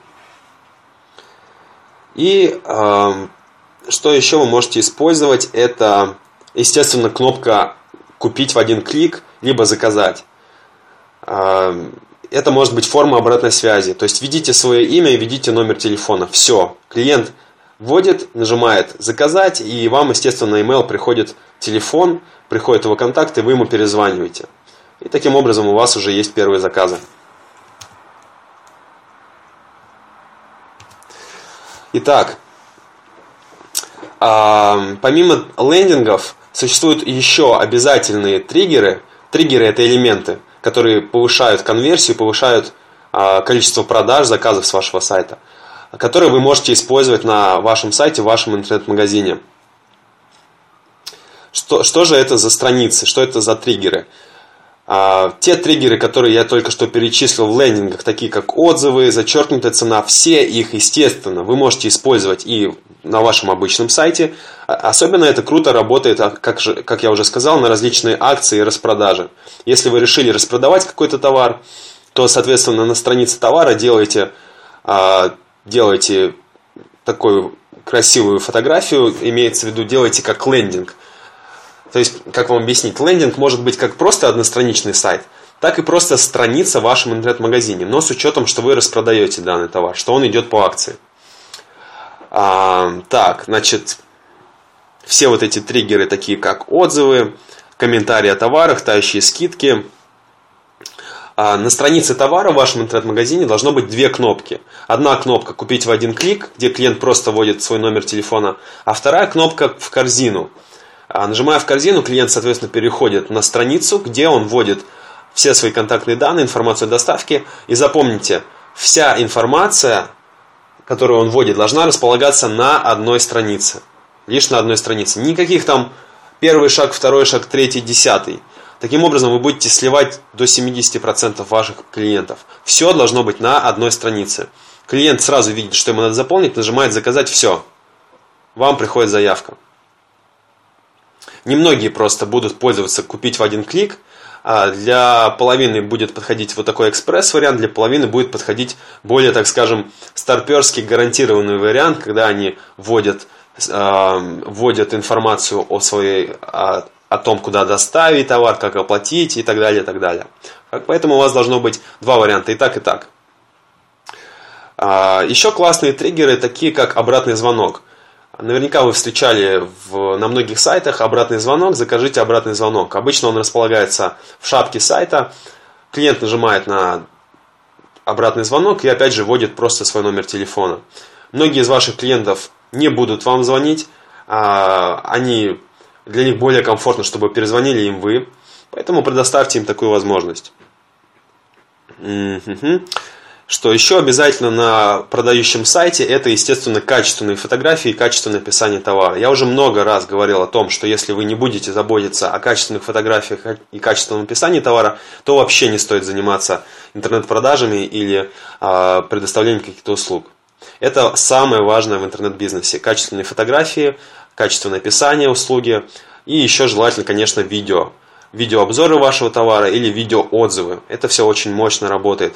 И что еще вы можете использовать, это, естественно, кнопка «Купить в один клик», либо «Заказать». Это может быть форма обратной связи. То есть введите свое имя и введите номер телефона. Все. Клиент вводит, нажимает «Заказать», и вам, естественно, на email приходит телефон, приходит его контакты, вы ему перезваниваете. И таким образом у вас уже есть первые заказы. Итак, помимо лендингов, существуют еще обязательные триггеры. Триггеры – это элементы, которые повышают конверсию, повышают количество продаж, заказов с вашего сайта, которые вы можете использовать на вашем сайте, в вашем интернет-магазине. Что же это за страницы, что это за триггеры? Те триггеры, которые я только что перечислил в лендингах, такие как отзывы, зачеркнутая цена, все их, естественно, вы можете использовать и на вашем обычном сайте. Особенно это круто работает, как я уже сказал, на различные акции и распродажи. Если вы решили распродавать какой-то товар, то, соответственно, на странице товара делаете такую красивую фотографию, имеется в виду, делаете как лендинг. То есть, как вам объяснить, лендинг может быть как просто одностраничный сайт, так и просто страница в вашем интернет-магазине, но с учетом, что вы распродаете данный товар, что он идет по акции. Так, значит, все вот эти триггеры, такие как отзывы, комментарии о товарах, тающие скидки. На странице товара в вашем интернет-магазине должно быть две кнопки. Одна кнопка «Купить в один клик», где клиент просто вводит свой номер телефона, а вторая кнопка «В корзину». Нажимая в корзину, клиент, соответственно, переходит на страницу, где он вводит все свои контактные данные, информацию о доставке. И запомните, вся информация, которую он вводит, должна располагаться на одной странице. Лишь на одной странице. Никаких там первый шаг, второй шаг, третий, 10. Таким образом, вы будете сливать до 70% ваших клиентов. Все должно быть на одной странице. Клиент сразу видит, что ему надо заполнить, нажимает «Заказать», все. Вам приходит заявка. Немногие просто будут пользоваться «Купить в один клик». Для половины будет подходить вот такой экспресс-вариант, для половины будет подходить более, так скажем, старперский гарантированный вариант, когда они вводят информацию о том, куда доставить товар, как оплатить и так далее, и так далее. Поэтому у вас должно быть два варианта, и так, и так. Еще классные триггеры, такие как обратный звонок. Наверняка вы встречали на многих сайтах обратный звонок, закажите обратный звонок. Обычно он располагается в шапке сайта, клиент нажимает на обратный звонок и опять же вводит просто свой номер телефона. Многие из ваших клиентов не будут вам звонить, для них более комфортно, чтобы перезвонили им вы, поэтому предоставьте им такую возможность. Что еще обязательно на продающем сайте, это, естественно, качественные фотографии и качественное описание товара. Я уже много раз говорил о том, что если вы не будете заботиться о качественных фотографиях и качественном описании товара, то вообще не стоит заниматься интернет-продажами или предоставлением каких-то услуг. Это самое важное в интернет-бизнесе. Качественные фотографии, качественное описание услуги и еще желательно, конечно, видео. Видеообзоры вашего товара или видеоотзывы. Это все очень мощно работает.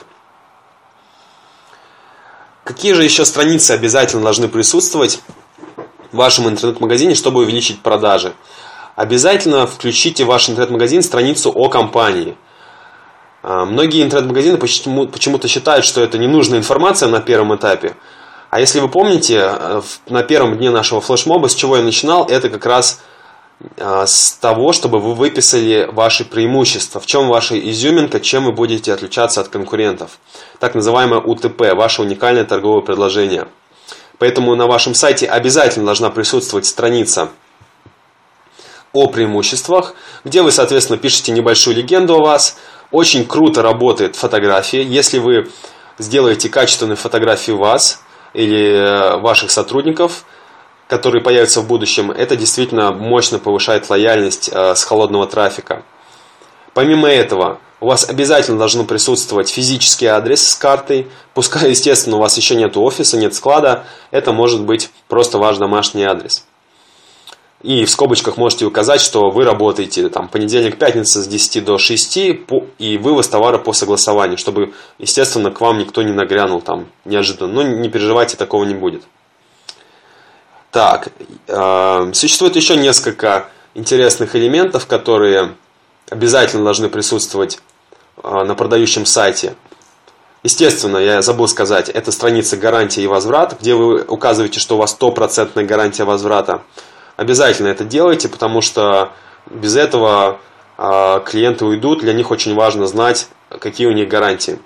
Какие же еще страницы обязательно должны присутствовать в вашем интернет-магазине, чтобы увеличить продажи? Обязательно включите в ваш интернет-магазин страницу о компании. Многие интернет-магазины почему-то считают, что это ненужная информация на первом этапе. А если вы помните, на первом дне нашего флешмоба, с чего я начинал, это как раз с того, чтобы вы выписали ваши преимущества, в чем ваша изюминка, чем вы будете отличаться от конкурентов. Так называемое УТП, ваше уникальное торговое предложение. Поэтому на вашем сайте обязательно должна присутствовать страница о преимуществах, где вы, соответственно, пишете небольшую легенду о вас. Очень круто работает фотографии. Если вы сделаете качественные фотографии вас или ваших сотрудников, которые появятся в будущем, это действительно мощно повышает лояльность с холодного трафика. Помимо этого, у вас обязательно должен присутствовать физический адрес с картой. Пускай, естественно, у вас еще нет офиса, нет склада, это может быть просто ваш домашний адрес. И в скобочках можете указать, что вы работаете понедельник-пятница с 10 до 6 и вывоз товара по согласованию, чтобы, естественно, к вам никто не нагрянул неожиданно. Но не переживайте, такого не будет. Так, существует еще несколько интересных элементов, которые обязательно должны присутствовать на продающем сайте. Естественно, я забыл сказать, это страница гарантии и возврат, где вы указываете, что у вас 100% гарантия возврата. Обязательно это делайте, потому что без этого клиенты уйдут, для них очень важно знать, какие у них гарантии.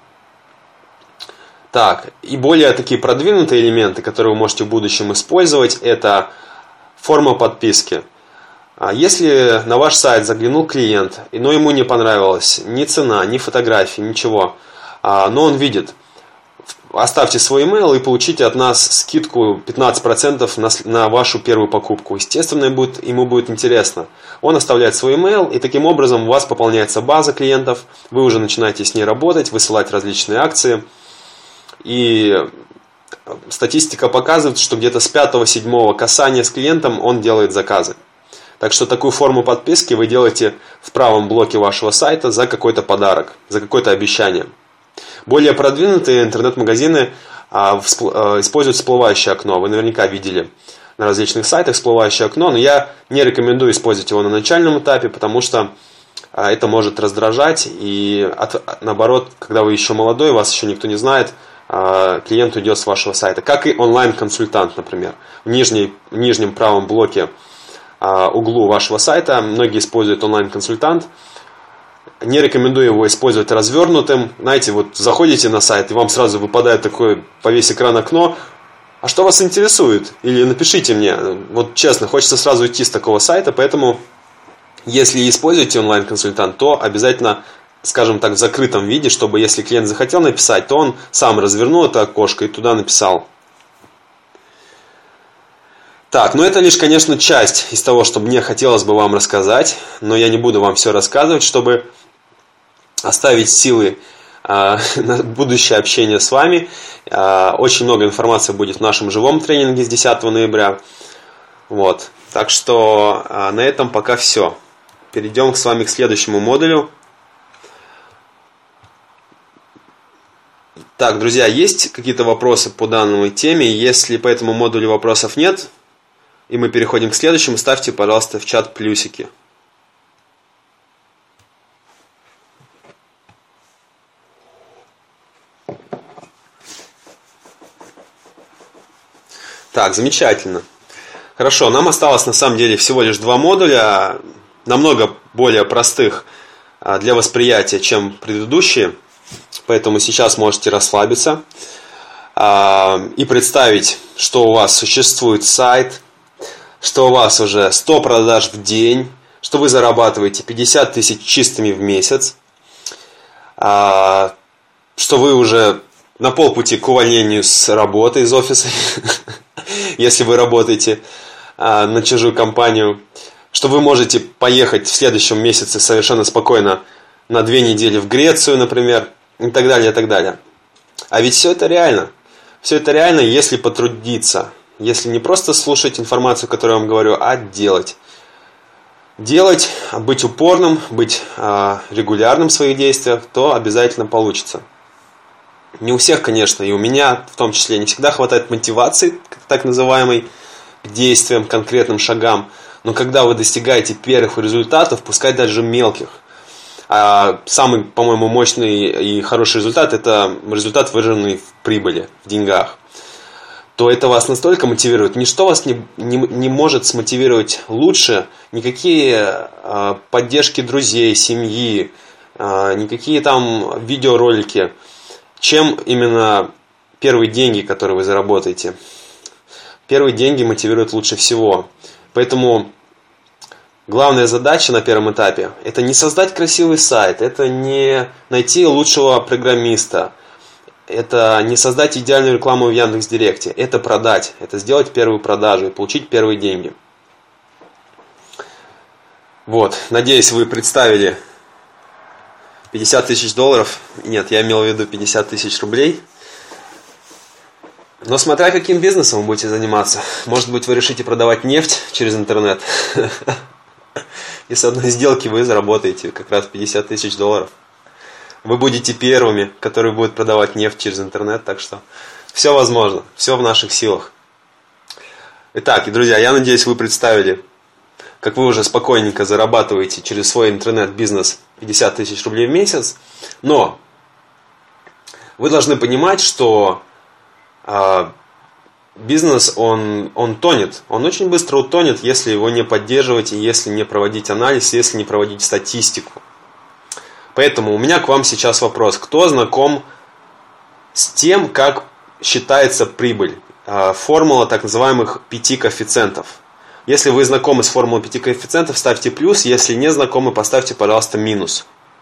Так, и более такие продвинутые элементы, которые вы можете в будущем использовать, это форма подписки. Если на ваш сайт заглянул клиент, но ему не понравилась ни цена, ни фотографии, ничего, но он видит, оставьте свой email и получите от нас скидку 15% на вашу первую покупку. Естественно, ему будет интересно. Он оставляет свой email, и таким образом у вас пополняется база клиентов, вы уже начинаете с ней работать, высылать различные акции. И статистика показывает, что где-то с 5-7 касания с клиентом он делает заказы. Так что такую форму подписки вы делаете в правом блоке вашего сайта за какой-то подарок, за какое-то обещание. Более продвинутые интернет-магазины используют всплывающее окно. Вы наверняка видели на различных сайтах всплывающее окно, но я не рекомендую использовать его на начальном этапе, потому что это может раздражать. И наоборот, когда вы еще молодой, вас еще никто не знает, клиент уйдет с вашего сайта. Как и онлайн-консультант, например. В нижнем правом блоке углу вашего сайта многие используют онлайн-консультант. Не рекомендую его использовать развернутым. Знаете, вот заходите на сайт, и вам сразу выпадает такое по весь экран окно. А что вас интересует? Или напишите мне. Вот честно, хочется сразу уйти с такого сайта, поэтому если используете онлайн-консультант, то обязательно, скажем так, в закрытом виде, чтобы если клиент захотел написать, то он сам развернул это окошко и туда написал. Так, ну это лишь, конечно, часть из того, что мне хотелось бы вам рассказать, но я не буду вам все рассказывать, чтобы оставить силы на будущее общение с вами. Очень много информации будет в нашем живом тренинге с 10 ноября. Вот. Так что на этом пока все. Перейдем с вами к следующему модулю. Так, друзья, есть какие-то вопросы по данной теме? Если по этому модулю вопросов нет, и мы переходим к следующему, ставьте, пожалуйста, в чат плюсики. Так, замечательно. Хорошо, нам осталось на самом деле всего лишь 2 модуля, намного более простых для восприятия, чем предыдущие. Поэтому сейчас можете расслабиться и представить, что у вас существует сайт, что у вас уже 100 продаж в день, что вы зарабатываете 50 тысяч чистыми в месяц, что вы уже на полпути к увольнению с работы из офиса, если вы работаете на чужую компанию, что вы можете поехать в следующем месяце совершенно спокойно на 2 недели в Грецию, например, и так далее, и так далее. А ведь все это реально. Все это реально, если потрудиться. Если не просто слушать информацию, которую я вам говорю, а делать. Делать, быть упорным, быть регулярным в своих действиях, то обязательно получится. Не у всех, конечно, и у меня в том числе не всегда хватает мотивации, так называемой, к действиям, к конкретным шагам. Но когда вы достигаете первых результатов, пускай даже мелких, самый, по-моему, мощный и хороший результат – это результат, выраженный в прибыли, в деньгах, то это вас настолько мотивирует. Ничто вас не может смотивировать лучше, никакие поддержки друзей, семьи, никакие там видеоролики, чем именно первые деньги, которые вы заработаете. Первые деньги мотивируют лучше всего. Поэтому главная задача на первом этапе – это не создать красивый сайт, это не найти лучшего программиста, это не создать идеальную рекламу в Яндекс.Директе, это продать, это сделать первую продажу и получить первые деньги. Вот, надеюсь, вы представили 50 тысяч долларов. Нет, я имел в виду 50 тысяч рублей. Но смотря каким бизнесом вы будете заниматься. Может быть, вы решите продавать нефть через интернет. И с одной сделки вы заработаете как раз 50 тысяч долларов. Вы будете первыми, которые будут продавать нефть через интернет. Так что все возможно, все в наших силах. Итак, друзья, я надеюсь, вы представили, как вы уже спокойненько зарабатываете через свой интернет-бизнес 50 тысяч рублей в месяц. Но вы должны понимать, что бизнес, он тонет. Он очень быстро утонет, если его не поддерживать, и если не проводить анализ, если не проводить статистику. Поэтому у меня к вам сейчас вопрос. Кто знаком с тем, как считается прибыль? Формула так называемых 5 коэффициентов. Если вы знакомы с формулой 5 коэффициентов, ставьте плюс. Если не знакомы, поставьте, пожалуйста, минус.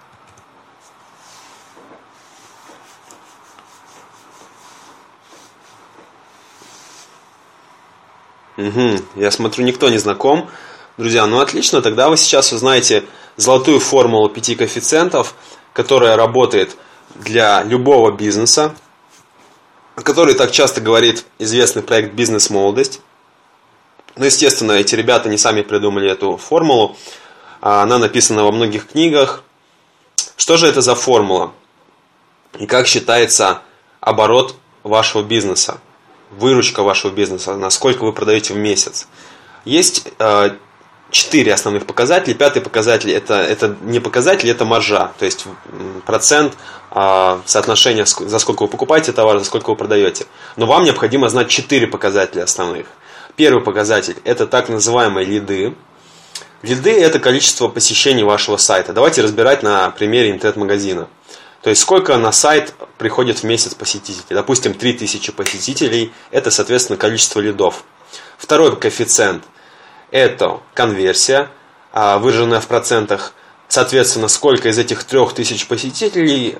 Я смотрю, никто не знаком. Друзья, ну отлично, тогда вы сейчас узнаете золотую формулу 5 коэффициентов, которая работает для любого бизнеса, о которой так часто говорит известный проект «Бизнес-молодость». Ну, естественно, эти ребята не сами придумали эту формулу, она написана во многих книгах. Что же это за формула? И как считается оборот вашего бизнеса? Выручка вашего бизнеса, насколько вы продаете в месяц. Есть 4 основных показателя. 5-й показатель это не показатель, это маржа. То есть процент соотношения, за сколько вы покупаете товар, за сколько вы продаете. Но вам необходимо знать 4 показателя основных. Первый показатель это так называемые лиды. Лиды это количество посещений вашего сайта. Давайте разбирать на примере интернет-магазина. То есть, сколько на сайт приходит в месяц посетителей. Допустим, 3000 посетителей, это, соответственно, количество лидов. Второй коэффициент – это конверсия, выраженная в процентах. Соответственно, сколько из этих 3000 посетителей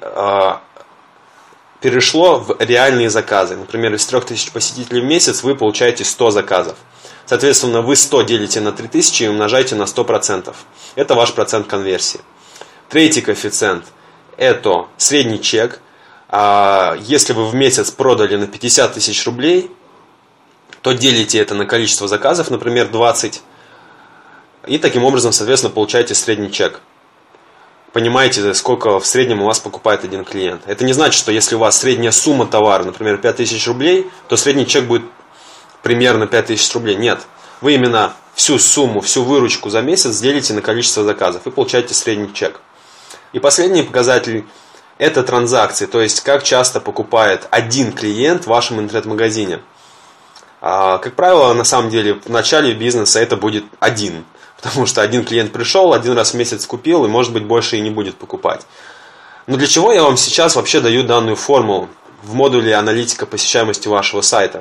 перешло в реальные заказы. Например, из 3000 посетителей в месяц вы получаете 100 заказов. Соответственно, вы 100 делите на 3000 и умножаете на 100%. Это ваш процент конверсии. Третий коэффициент – это средний чек. Если вы в месяц продали на 50 тысяч рублей, то делите это на количество заказов, например, 20. И таким образом, соответственно, получаете средний чек. понимаете, сколько в среднем у вас покупает один клиент. Это не значит, что если у вас средняя сумма товара, например, 5000 рублей, то средний чек будет примерно 5000 рублей. Нет. Вы именно всю сумму, всю выручку за месяц делите на количество заказов и получаете средний чек. И последний показатель – это транзакции, то есть как часто покупает один клиент в вашем интернет-магазине. Как правило, на самом деле, в начале бизнеса это будет один. Потому что один клиент пришел, один раз в месяц купил и, может быть, больше и не будет покупать. Но для чего я вам сейчас вообще даю данную формулу в модуле аналитика посещаемости вашего сайта?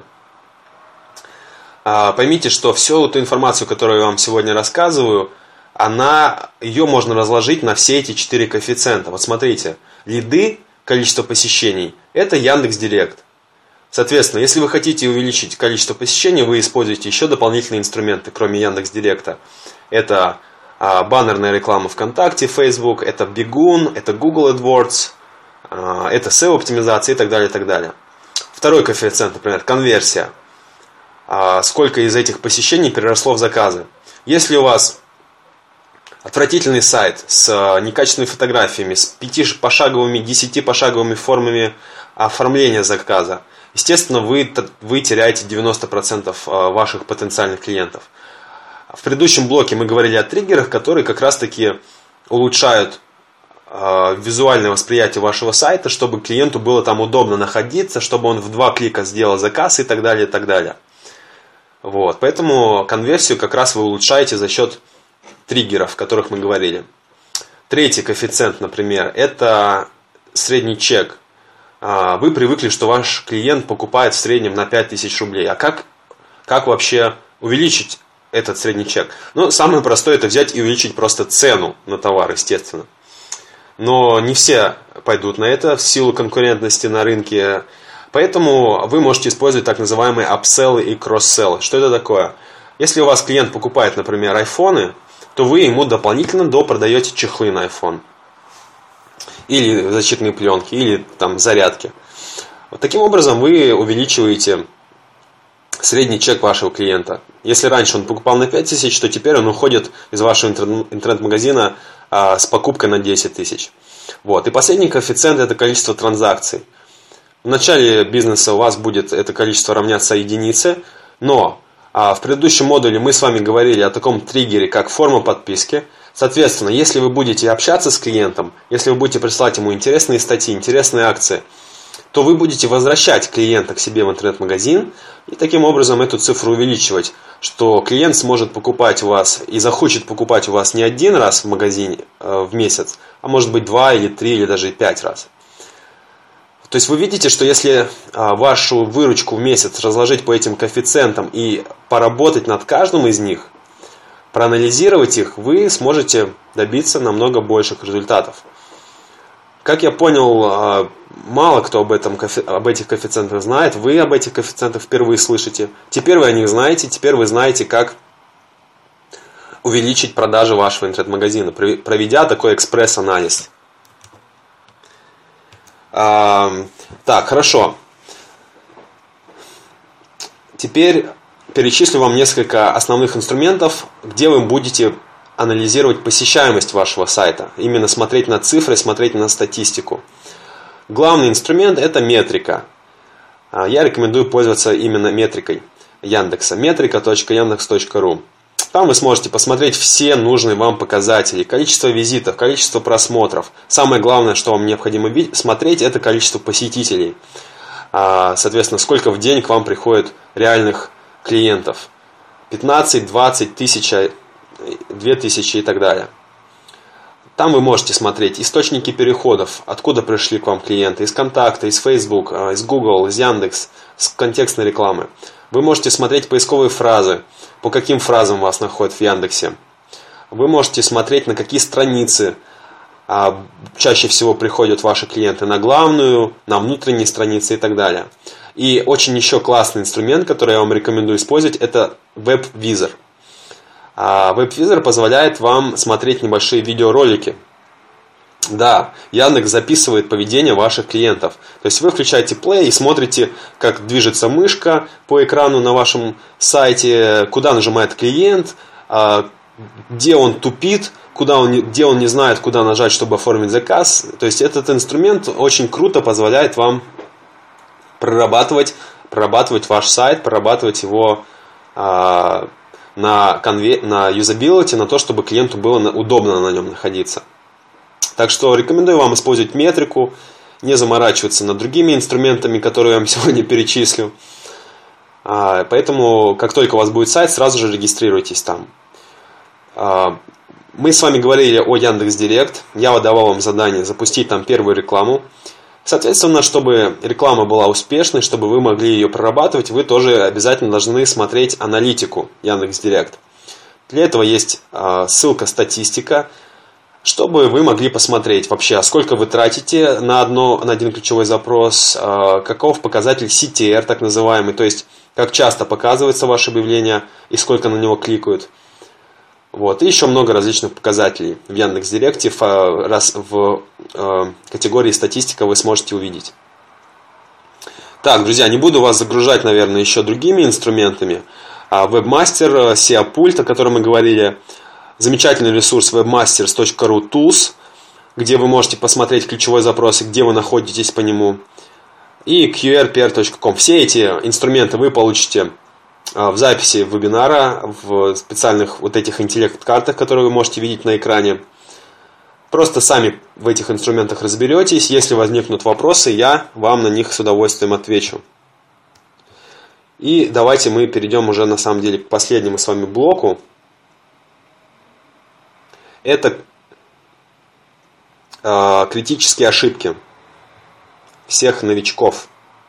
Поймите, что всю эту информацию, которую я вам сегодня рассказываю, ее можно разложить на все эти 4 коэффициента. Вот смотрите, лиды, количество посещений – это Яндекс.Директ. Соответственно, если вы хотите увеличить количество посещений, вы используете еще дополнительные инструменты, кроме Яндекс.Директа. Это баннерная реклама ВКонтакте, Facebook, это Бигун, это Google AdWords, это SEO-оптимизация и так далее, и так далее. Второй коэффициент, например, конверсия. Сколько из этих посещений переросло в заказы. Если у вас отвратительный сайт с некачественными фотографиями, с 5-пошаговыми, 10-пошаговыми формами оформления заказа, естественно, вы теряете 90% ваших потенциальных клиентов. В предыдущем блоке мы говорили о триггерах, которые как раз таки улучшают визуальное восприятие вашего сайта, чтобы клиенту было там удобно находиться, чтобы он в 2 клика сделал заказ и так далее, и так далее. Вот. Поэтому конверсию как раз вы улучшаете за счет триггеров, о которых мы говорили. Третий коэффициент, например, это средний чек. Вы привыкли, что ваш клиент покупает в среднем на 5000 рублей. А как вообще увеличить этот средний чек? Ну, самое простое – это взять и увеличить просто цену на товар, естественно. Но не все пойдут на это в силу конкурентности на рынке. Поэтому вы можете использовать так называемые апселлы и кросс-селлы. Что это такое? Если у вас клиент покупает, например, айфоны, то вы ему дополнительно допродаете чехлы на iPhone. Или защитные пленки, или там зарядки. Вот таким образом вы увеличиваете средний чек вашего клиента. Если раньше он покупал на 5000, то теперь он уходит из вашего интернет-магазина с покупкой на 10 тысяч. Вот. И последний коэффициент – это количество транзакций. В начале бизнеса у вас будет это количество равняться единице, но в предыдущем модуле мы с вами говорили о таком триггере, как форма подписки. Соответственно, если вы будете общаться с клиентом, если вы будете присылать ему интересные статьи, интересные акции, то вы будете возвращать клиента к себе в интернет-магазин и таким образом эту цифру увеличивать, что клиент сможет покупать у вас и захочет покупать у вас не один раз в магазине в месяц, а может быть 2 или 3 или даже 5 раз. То есть вы видите, что если вашу выручку в месяц разложить по этим коэффициентам и поработать над каждым из них, проанализировать их, вы сможете добиться намного больших результатов. Как я понял, мало кто об этих коэффициентах знает. Вы об этих коэффициентах впервые слышите. Теперь вы о них знаете. Теперь вы знаете, как увеличить продажи вашего интернет-магазина, проведя такой экспресс-анализ. Так, хорошо. Теперь перечислю вам несколько основных инструментов, где вы будете анализировать посещаемость вашего сайта. Именно смотреть на цифры, смотреть на статистику. Главный инструмент – это метрика. Я рекомендую пользоваться именно метрикой Яндекса. metrika.yandex.ru. Там вы сможете посмотреть все нужные вам показатели. Количество визитов, количество просмотров. Самое главное, что вам необходимо смотреть, это количество посетителей. Соответственно, сколько в день к вам приходит реальных клиентов. 15, 20, 1000, 2000 и так далее. Там вы можете смотреть источники переходов, откуда пришли к вам клиенты, из Контакта, из Facebook, из Google, из Яндекс, с контекстной рекламы. Вы можете смотреть поисковые фразы, по каким фразам вас находят в Яндексе. Вы можете смотреть, на какие страницы чаще всего приходят ваши клиенты, на главную, на внутренние страницы и так далее. И очень еще классный инструмент, который я вам рекомендую использовать, это WebVisor. WebVisor позволяет вам смотреть небольшие видеоролики. Да, Яндекс записывает поведение ваших клиентов. То есть вы включаете play и смотрите, как движется мышка по экрану на вашем сайте, куда нажимает клиент, где он тупит, где он не знает, куда нажать, чтобы оформить заказ. То есть этот инструмент очень круто позволяет вам прорабатывать ваш сайт, прорабатывать его на юзабилити, на то, чтобы клиенту было удобно на нем находиться. Так что рекомендую вам использовать метрику, не заморачиваться над другими инструментами, которые я вам сегодня перечислю. Поэтому, как только у вас будет сайт, сразу же регистрируйтесь там. Мы с вами говорили о Яндекс.Директ. Я давал вам задание запустить там первую рекламу. Соответственно, чтобы реклама была успешной, чтобы вы могли ее прорабатывать, вы тоже обязательно должны смотреть аналитику Яндекс.Директ. Для этого есть ссылка «Статистика», чтобы вы могли посмотреть вообще, сколько вы тратите на один ключевой запрос, каков показатель CTR, так называемый, то есть как часто показывается ваше объявление и сколько на него кликают. Вот. И еще много различных показателей в Яндекс.Директе в категории «Статистика» вы сможете увидеть. Так, друзья, не буду вас загружать, наверное, еще другими инструментами. Webmaster, SEO-пульт, о котором мы говорили. Замечательный ресурс webmasters.ru tools, где вы можете посмотреть ключевой запрос и где вы находитесь по нему. И qrpr.com. Все эти инструменты вы получите в записи вебинара, в специальных вот этих интеллект-картах, которые вы можете видеть на экране. Просто сами в этих инструментах разберетесь. Если возникнут вопросы, я вам на них с удовольствием отвечу. И давайте мы перейдем уже на самом деле к последнему с вами блоку. Это критические ошибки всех новичков.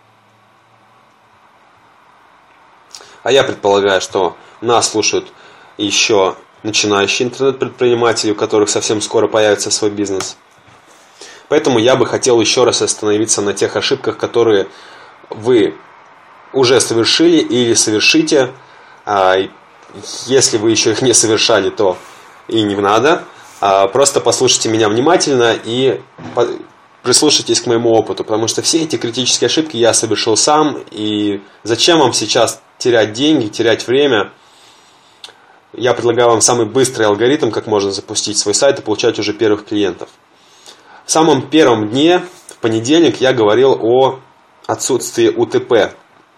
А я предполагаю, что нас слушают еще начинающие интернет-предприниматели, у которых совсем скоро появится свой бизнес. Поэтому я бы хотел еще раз остановиться на тех ошибках, которые вы уже совершили или совершите. Если вы еще их не совершали, то и не надо. Просто послушайте меня внимательно и прислушайтесь к моему опыту, потому что все эти критические ошибки я совершил сам, и зачем вам сейчас терять деньги, терять время? Я предлагаю вам самый быстрый алгоритм, как можно запустить свой сайт и получать уже первых клиентов. В самом первом дне, в понедельник, я говорил о отсутствии УТП,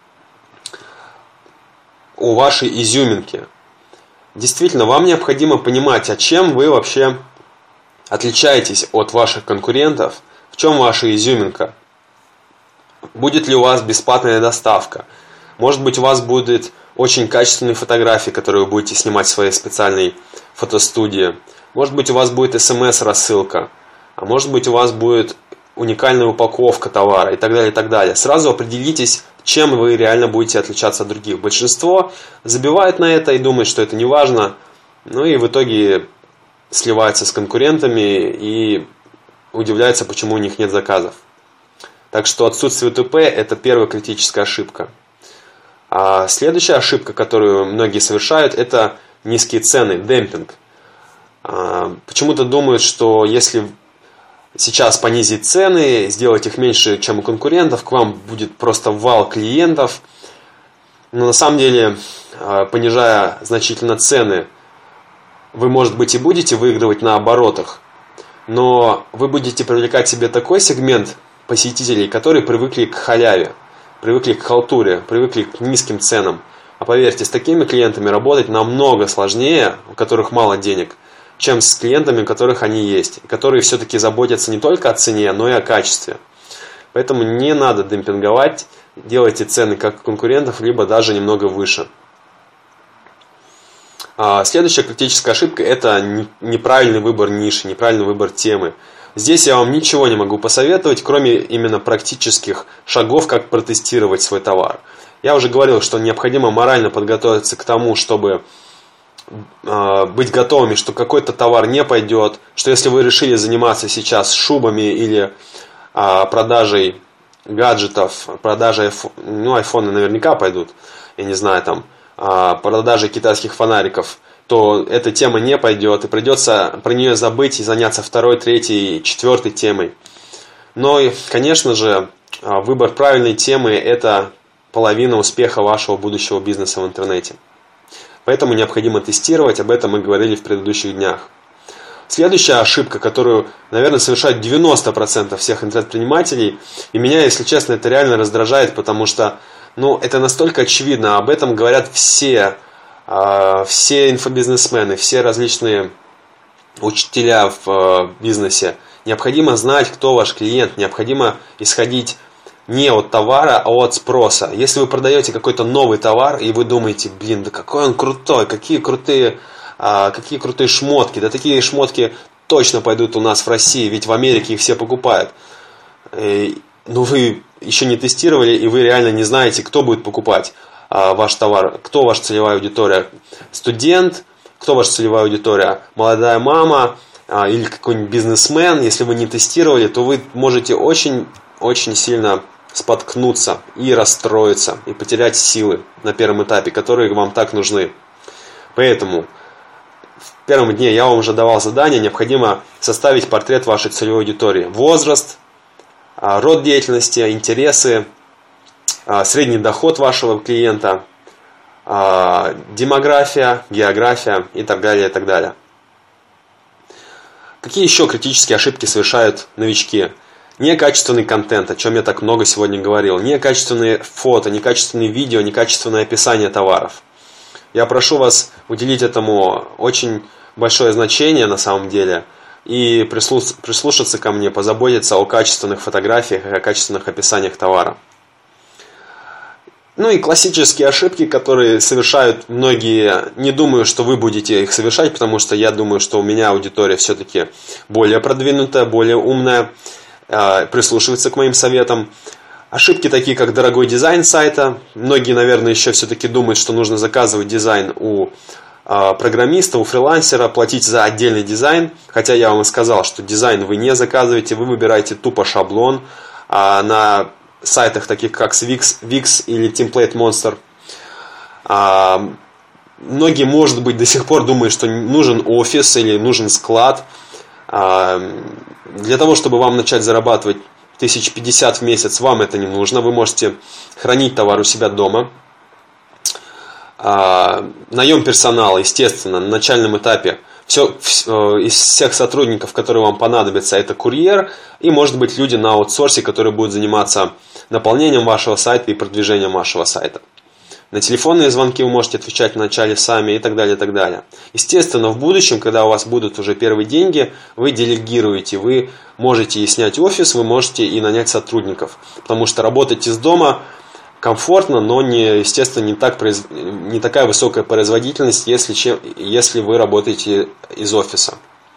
о вашей изюминке. Действительно, вам необходимо понимать, чем вы вообще отличаетесь от ваших конкурентов, в чем ваша изюминка. Будет ли у вас бесплатная доставка? Может быть, у вас будут очень качественные фотографии, которые вы будете снимать в своей специальной фотостудии. Может быть, у вас будет смс-рассылка. А может быть, у вас будет уникальная упаковка товара и так далее, и так далее. Сразу определитесь, чем вы реально будете отличаться от других. Большинство забивает на это и думает, что это не важно. Ну и в итоге сливается с конкурентами и удивляется, почему у них нет заказов. Так что отсутствие УТП – это первая критическая ошибка. А следующая ошибка, которую многие совершают, это низкие цены, демпинг. Почему-то думают, что если сейчас понизить цены, сделать их меньше, чем у конкурентов, к вам будет просто вал клиентов. Но на самом деле, понижая значительно цены, вы, может быть, и будете выигрывать на оборотах, но вы будете привлекать себе такой сегмент посетителей, которые привыкли к халяве, привыкли к халтуре, привыкли к низким ценам. А поверьте, с такими клиентами работать намного сложнее, у которых мало денег, чем с клиентами, у которых они есть, которые все-таки заботятся не только о цене, но и о качестве. Поэтому не надо демпинговать, делайте цены как у конкурентов, либо даже немного выше. Следующая критическая ошибка – это неправильный выбор ниши, неправильный выбор темы. Здесь я вам ничего не могу посоветовать, кроме именно практических шагов, как протестировать свой товар. Я уже говорил, что необходимо морально подготовиться к тому, чтобы быть готовыми, что какой-то товар не пойдет, что если вы решили заниматься сейчас шубами или продажей гаджетов, продажей, айфоны наверняка пойдут, я не знаю, там, продажей китайских фонариков, то эта тема не пойдет, и придется про нее забыть и заняться второй, третьей, четвертой темой. Но, конечно же, выбор правильной темы – это половина успеха вашего будущего бизнеса в интернете. Поэтому необходимо тестировать, об этом мы говорили в предыдущих днях. Следующая ошибка, которую, наверное, совершают 90% всех интернет-предпринимателей, и меня, если честно, это реально раздражает, потому что это настолько очевидно, об этом говорят все инфобизнесмены, все различные учителя в бизнесе. Необходимо знать, кто ваш клиент, необходимо исходить не от товара, а от спроса. Если вы продаете какой-то новый товар, и вы думаете, да какой он крутой, какие крутые шмотки, да такие шмотки точно пойдут у нас в России, ведь в Америке их все покупают. Но вы еще не тестировали, и вы реально не знаете, кто будет покупать ваш товар, кто ваша целевая аудитория. Студент, кто ваша целевая аудитория, молодая мама или какой-нибудь бизнесмен. Если вы не тестировали, то вы можете очень сильно споткнуться и расстроиться, и потерять силы на первом этапе, которые вам так нужны. Поэтому в первом дне я вам уже давал задание, необходимо составить портрет вашей целевой аудитории. Возраст, род деятельности, интересы, средний доход вашего клиента, демография, география и так далее, и так далее. Какие еще критические ошибки совершают новички? Некачественный контент, о чем я так много сегодня говорил. Некачественные фото, некачественные видео, некачественное описание товаров. Я прошу вас уделить этому очень большое значение на самом деле и прислушаться ко мне, позаботиться о качественных фотографиях и о качественных описаниях товара. И классические ошибки, которые совершают многие, не думаю, что вы будете их совершать, потому что я думаю, что у меня аудитория все-таки более продвинутая, более умная, прислушивается к моим советам. Ошибки такие, как дорогой дизайн сайта. Многие, наверное, еще все-таки думают, что нужно заказывать дизайн у программиста, у фрилансера, платить за отдельный дизайн. Хотя я вам и сказал, что дизайн вы не заказываете, вы выбираете тупо шаблон на сайтах таких как Wix или Template Monster. Многие, может быть, до сих пор думают, что нужен офис или нужен склад. Для того, чтобы вам начать зарабатывать 1050 в месяц, вам это не нужно. Вы можете хранить товар у себя дома. Наем персонала, естественно, на начальном этапе. Из всех сотрудников, которые вам понадобятся, это курьер. И, может быть, люди на аутсорсе, которые будут заниматься наполнением вашего сайта и продвижением вашего сайта. На телефонные звонки вы можете отвечать вначале сами и так далее, и так далее. Естественно, в будущем, когда у вас будут уже первые деньги, вы делегируете, вы можете и снять офис, вы можете и нанять сотрудников. Потому что работать из дома комфортно, но естественно, не такая высокая производительность, если вы работаете из офиса.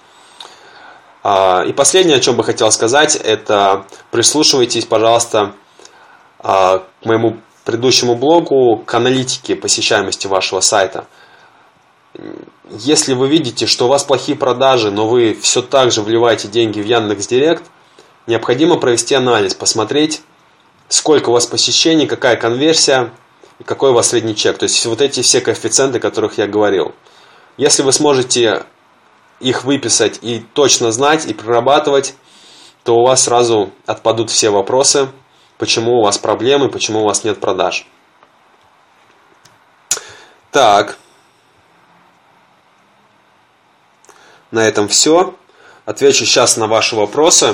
И последнее, о чем бы хотел сказать, это прислушивайтесь, пожалуйста, к моему предыдущему блогу, к аналитике посещаемости вашего сайта. Если вы видите, что у вас плохие продажи, но вы все так же вливаете деньги в Яндекс.Директ, необходимо провести анализ, посмотреть, сколько у вас посещений, какая конверсия и какой у вас средний чек. То есть вот эти все коэффициенты, о которых я говорил. Если вы сможете их выписать и точно знать, и прорабатывать, то у вас сразу отпадут все вопросы, почему у вас проблемы, почему у вас нет продаж. Так. На этом все. Отвечу сейчас на ваши вопросы.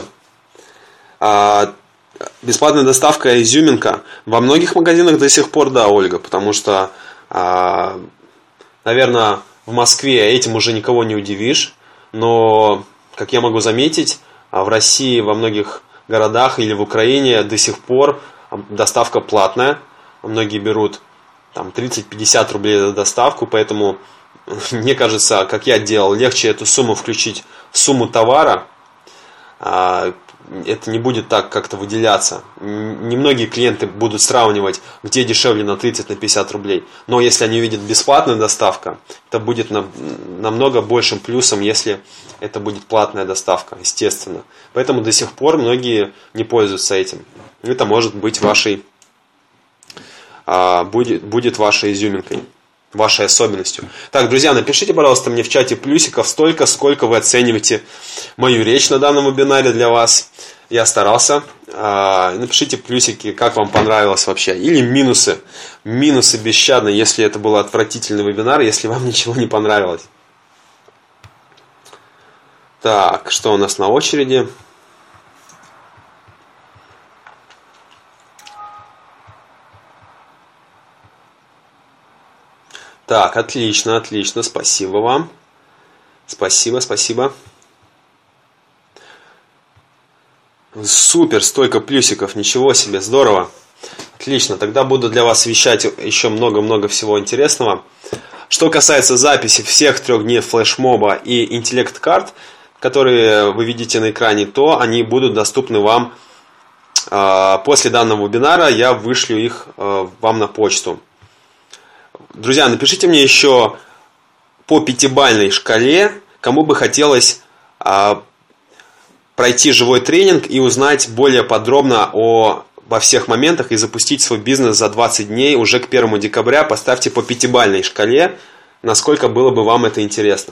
Бесплатная доставка изюминка. Во многих магазинах до сих пор да, Ольга, потому что, наверное, в Москве этим уже никого не удивишь. Но, как я могу заметить, в России во многих городах или в Украине до сих пор доставка платная. Многие берут 30-50 рублей за доставку, поэтому мне кажется, как я делал, легче эту сумму включить в сумму товара. Это не будет так как-то выделяться. Немногие клиенты будут сравнивать, где дешевле на 30-50 рублей. Но если они увидят бесплатную доставку, это будет намного большим плюсом, если это будет платная доставка, естественно. Поэтому до сих пор многие не пользуются этим. Это может быть будет вашей изюминкой. вашей особенностью. Так, друзья, напишите, пожалуйста, мне в чате плюсиков столько, сколько вы оцениваете мою речь на данном вебинаре для вас. Я старался. Напишите плюсики, как вам понравилось вообще. Или минусы. Минусы бесщадно, если это был отвратительный вебинар, если вам ничего не понравилось. Так, что у нас на очереди? Так, отлично, отлично, спасибо вам. Спасибо, спасибо. Супер, столько плюсиков, ничего себе, здорово. Отлично, тогда буду для вас вещать еще много-много всего интересного. Что касается записи всех 3 дней флешмоба и интеллект-карт, которые вы видите на экране, то они будут доступны вам после данного вебинара. Я вышлю их вам на почту. Друзья, напишите мне еще по 5-бальной шкале, кому бы хотелось пройти живой тренинг и узнать более подробно во всех моментах и запустить свой бизнес за 20 дней уже к 1 декабря. Поставьте по 5-бальной шкале, насколько было бы вам это интересно.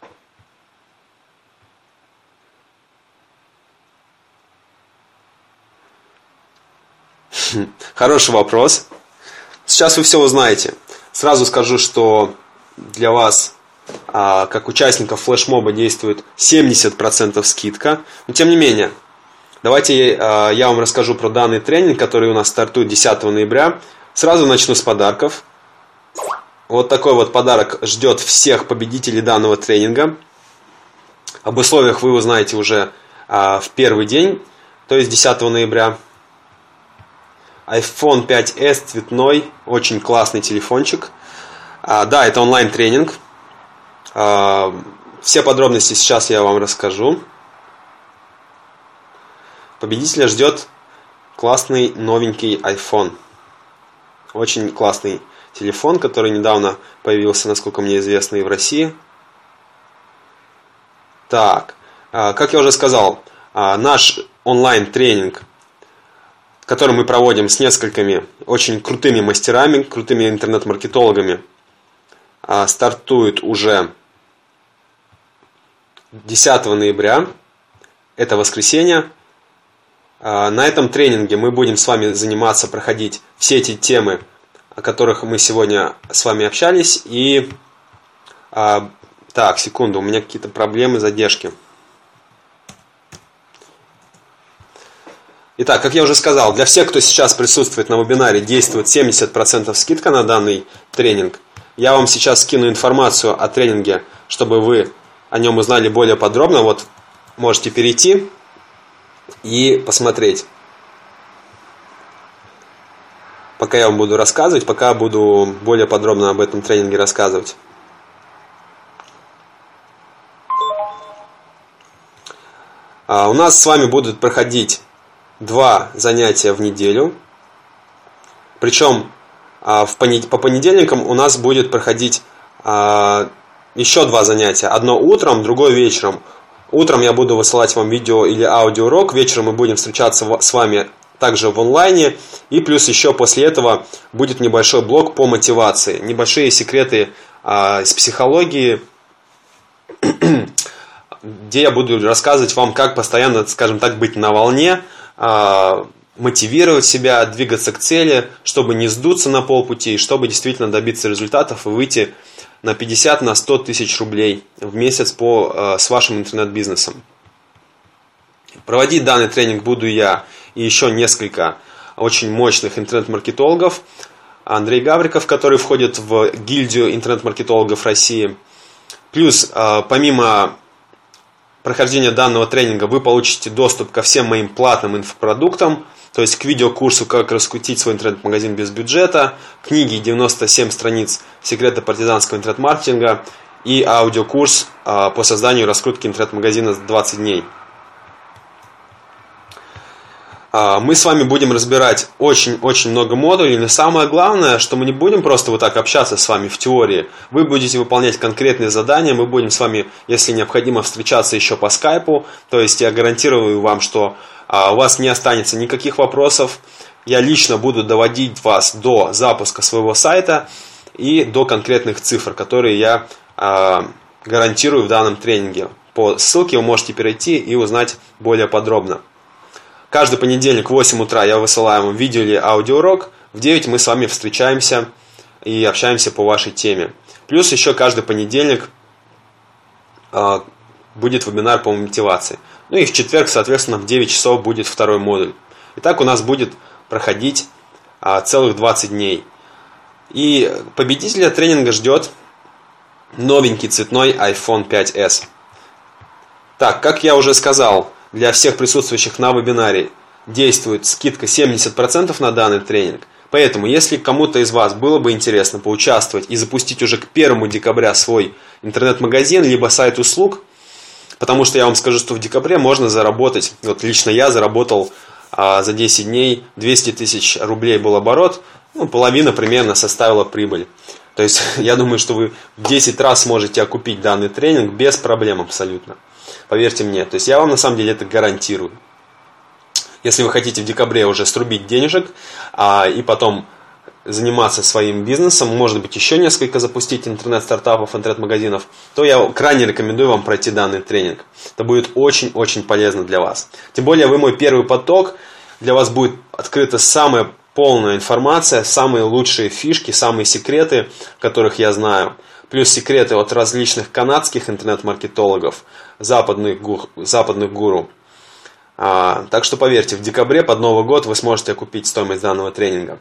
Хороший вопрос. Сейчас вы все узнаете. Сразу скажу, что для вас, как участников флешмоба, действует 70% скидка. Но тем не менее, давайте я вам расскажу про данный тренинг, который у нас стартует 10 ноября. Сразу начну с подарков. Вот такой вот подарок ждет всех победителей данного тренинга. Об условиях вы узнаете уже в первый день, то есть 10 ноября. iPhone 5s цветной, очень классный телефончик. Да, это онлайн-тренинг. Все подробности сейчас я вам расскажу. Победителя ждет классный новенький iPhone. Очень классный телефон, который недавно появился, насколько мне известно, и в России. Так, как я уже сказал, наш онлайн-тренинг, который мы проводим с несколькими очень крутыми мастерами, крутыми интернет-маркетологами, стартует уже 10 ноября. Это воскресенье. На этом тренинге мы будем с вами заниматься, проходить все эти темы, о которых мы сегодня с вами общались. И так, секунду, у меня какие-то проблемы, задержки. Итак, как я уже сказал, для всех, кто сейчас присутствует на вебинаре, действует 70% скидка на данный тренинг. Я вам сейчас скину информацию о тренинге, чтобы вы о нем узнали более подробно. Вот можете перейти и посмотреть. Пока я вам буду рассказывать, пока буду более подробно об этом тренинге рассказывать. У нас с вами будут проходить 2 занятия в неделю. Причем по понедельникам у нас будет проходить еще 2 занятия. Одно утром, другое вечером. Утром я буду высылать вам видео или аудиоурок. Вечером мы будем встречаться с вами также в онлайне. И плюс еще после этого будет небольшой блок по мотивации. Небольшие секреты из психологии, где я буду рассказывать вам, как постоянно, скажем так, быть на волне, мотивировать себя, двигаться к цели, чтобы не сдуться на полпути, чтобы действительно добиться результатов и выйти на 50, на 100 тысяч рублей в месяц с вашим интернет-бизнесом. Проводить данный тренинг буду я и еще несколько очень мощных интернет-маркетологов. Андрей Гавриков, который входит в гильдию интернет-маркетологов России. Плюс, помимо прохождения данного тренинга, вы получите доступ ко всем моим платным инфопродуктам, то есть к видеокурсу «Как раскрутить свой интернет-магазин без бюджета», книги «97 страниц секрета партизанского интернет-маркетинга» и аудиокурс по созданию и раскрутке интернет-магазина за 20 дней. Мы с вами будем разбирать очень-очень много модулей, но самое главное, что мы не будем просто вот так общаться с вами в теории. Вы будете выполнять конкретные задания, мы будем с вами, если необходимо, встречаться еще по скайпу. То есть я гарантирую вам, что у вас не останется никаких вопросов. Я лично буду доводить вас до запуска своего сайта. и до конкретных цифр, которые я гарантирую в данном тренинге. По ссылке вы можете перейти и узнать более подробно. Каждый понедельник в 8 утра я высылаю вам видео или аудиоурок. В 9 мы с вами встречаемся и общаемся по вашей теме. Плюс еще каждый понедельник будет вебинар по мотивации. Ну и в четверг, соответственно, в 9 часов будет второй модуль. Итак, у нас будет проходить целых 20 дней. И победителя тренинга ждет новенький цветной iPhone 5s. Так, как я уже сказал, для всех присутствующих на вебинаре действует скидка 70% на данный тренинг. Поэтому, если кому-то из вас было бы интересно поучаствовать и запустить уже к 1 декабря свой интернет-магазин, либо сайт услуг, потому что я вам скажу, что в декабре можно заработать, вот лично я заработал за 10 дней 200 тысяч рублей был оборот, половина примерно составила прибыль. То есть, я думаю, что вы в 10 раз сможете окупить данный тренинг без проблем абсолютно. Поверьте мне, то есть я вам на самом деле это гарантирую. Если вы хотите в декабре уже срубить денежек и потом заниматься своим бизнесом, может быть еще несколько запустить интернет-стартапов, интернет-магазинов, то я крайне рекомендую вам пройти данный тренинг. Это будет очень-очень полезно для вас. Тем более вы мой первый поток, для вас будет открыта самая полная информация, самые лучшие фишки, самые секреты, которых я знаю. Плюс секреты от различных канадских интернет-маркетологов, западных гуру. Так что поверьте, в декабре под Новый год вы сможете окупить стоимость данного тренинга.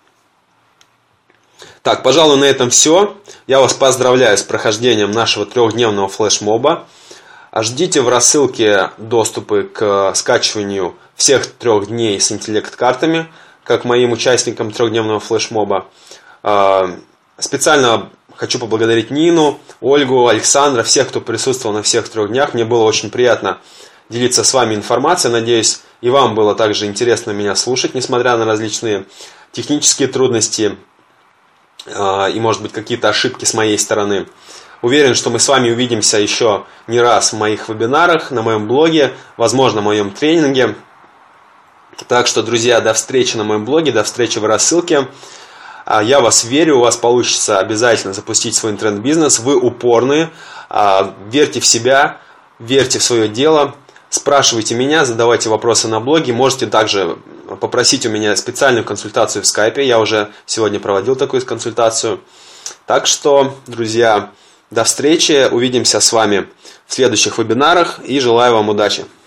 Так, пожалуй, на этом все. Я вас поздравляю с прохождением нашего 3-дневного флешмоба. Ждите в рассылке доступы к скачиванию всех 3 дней с интеллект-картами, как моим участникам 3-дневного флешмоба. Специально хочу поблагодарить Нину, Ольгу, Александра, всех, кто присутствовал на всех 3 днях. Мне было очень приятно делиться с вами информацией. Надеюсь, и вам было также интересно меня слушать, несмотря на различные технические трудности и, может быть, какие-то ошибки с моей стороны. Уверен, что мы с вами увидимся еще не раз в моих вебинарах, на моем блоге, возможно, в моем тренинге. Так что, друзья, до встречи на моем блоге, до встречи в рассылке. Я вас верю, у вас получится обязательно запустить свой интернет-бизнес. Вы упорные, верьте в себя, верьте в свое дело. Спрашивайте меня, задавайте вопросы на блоге. Можете также попросить у меня специальную консультацию в скайпе. Я уже сегодня проводил такую консультацию. Так что, друзья, до встречи. Увидимся с вами в следующих вебинарах и желаю вам удачи.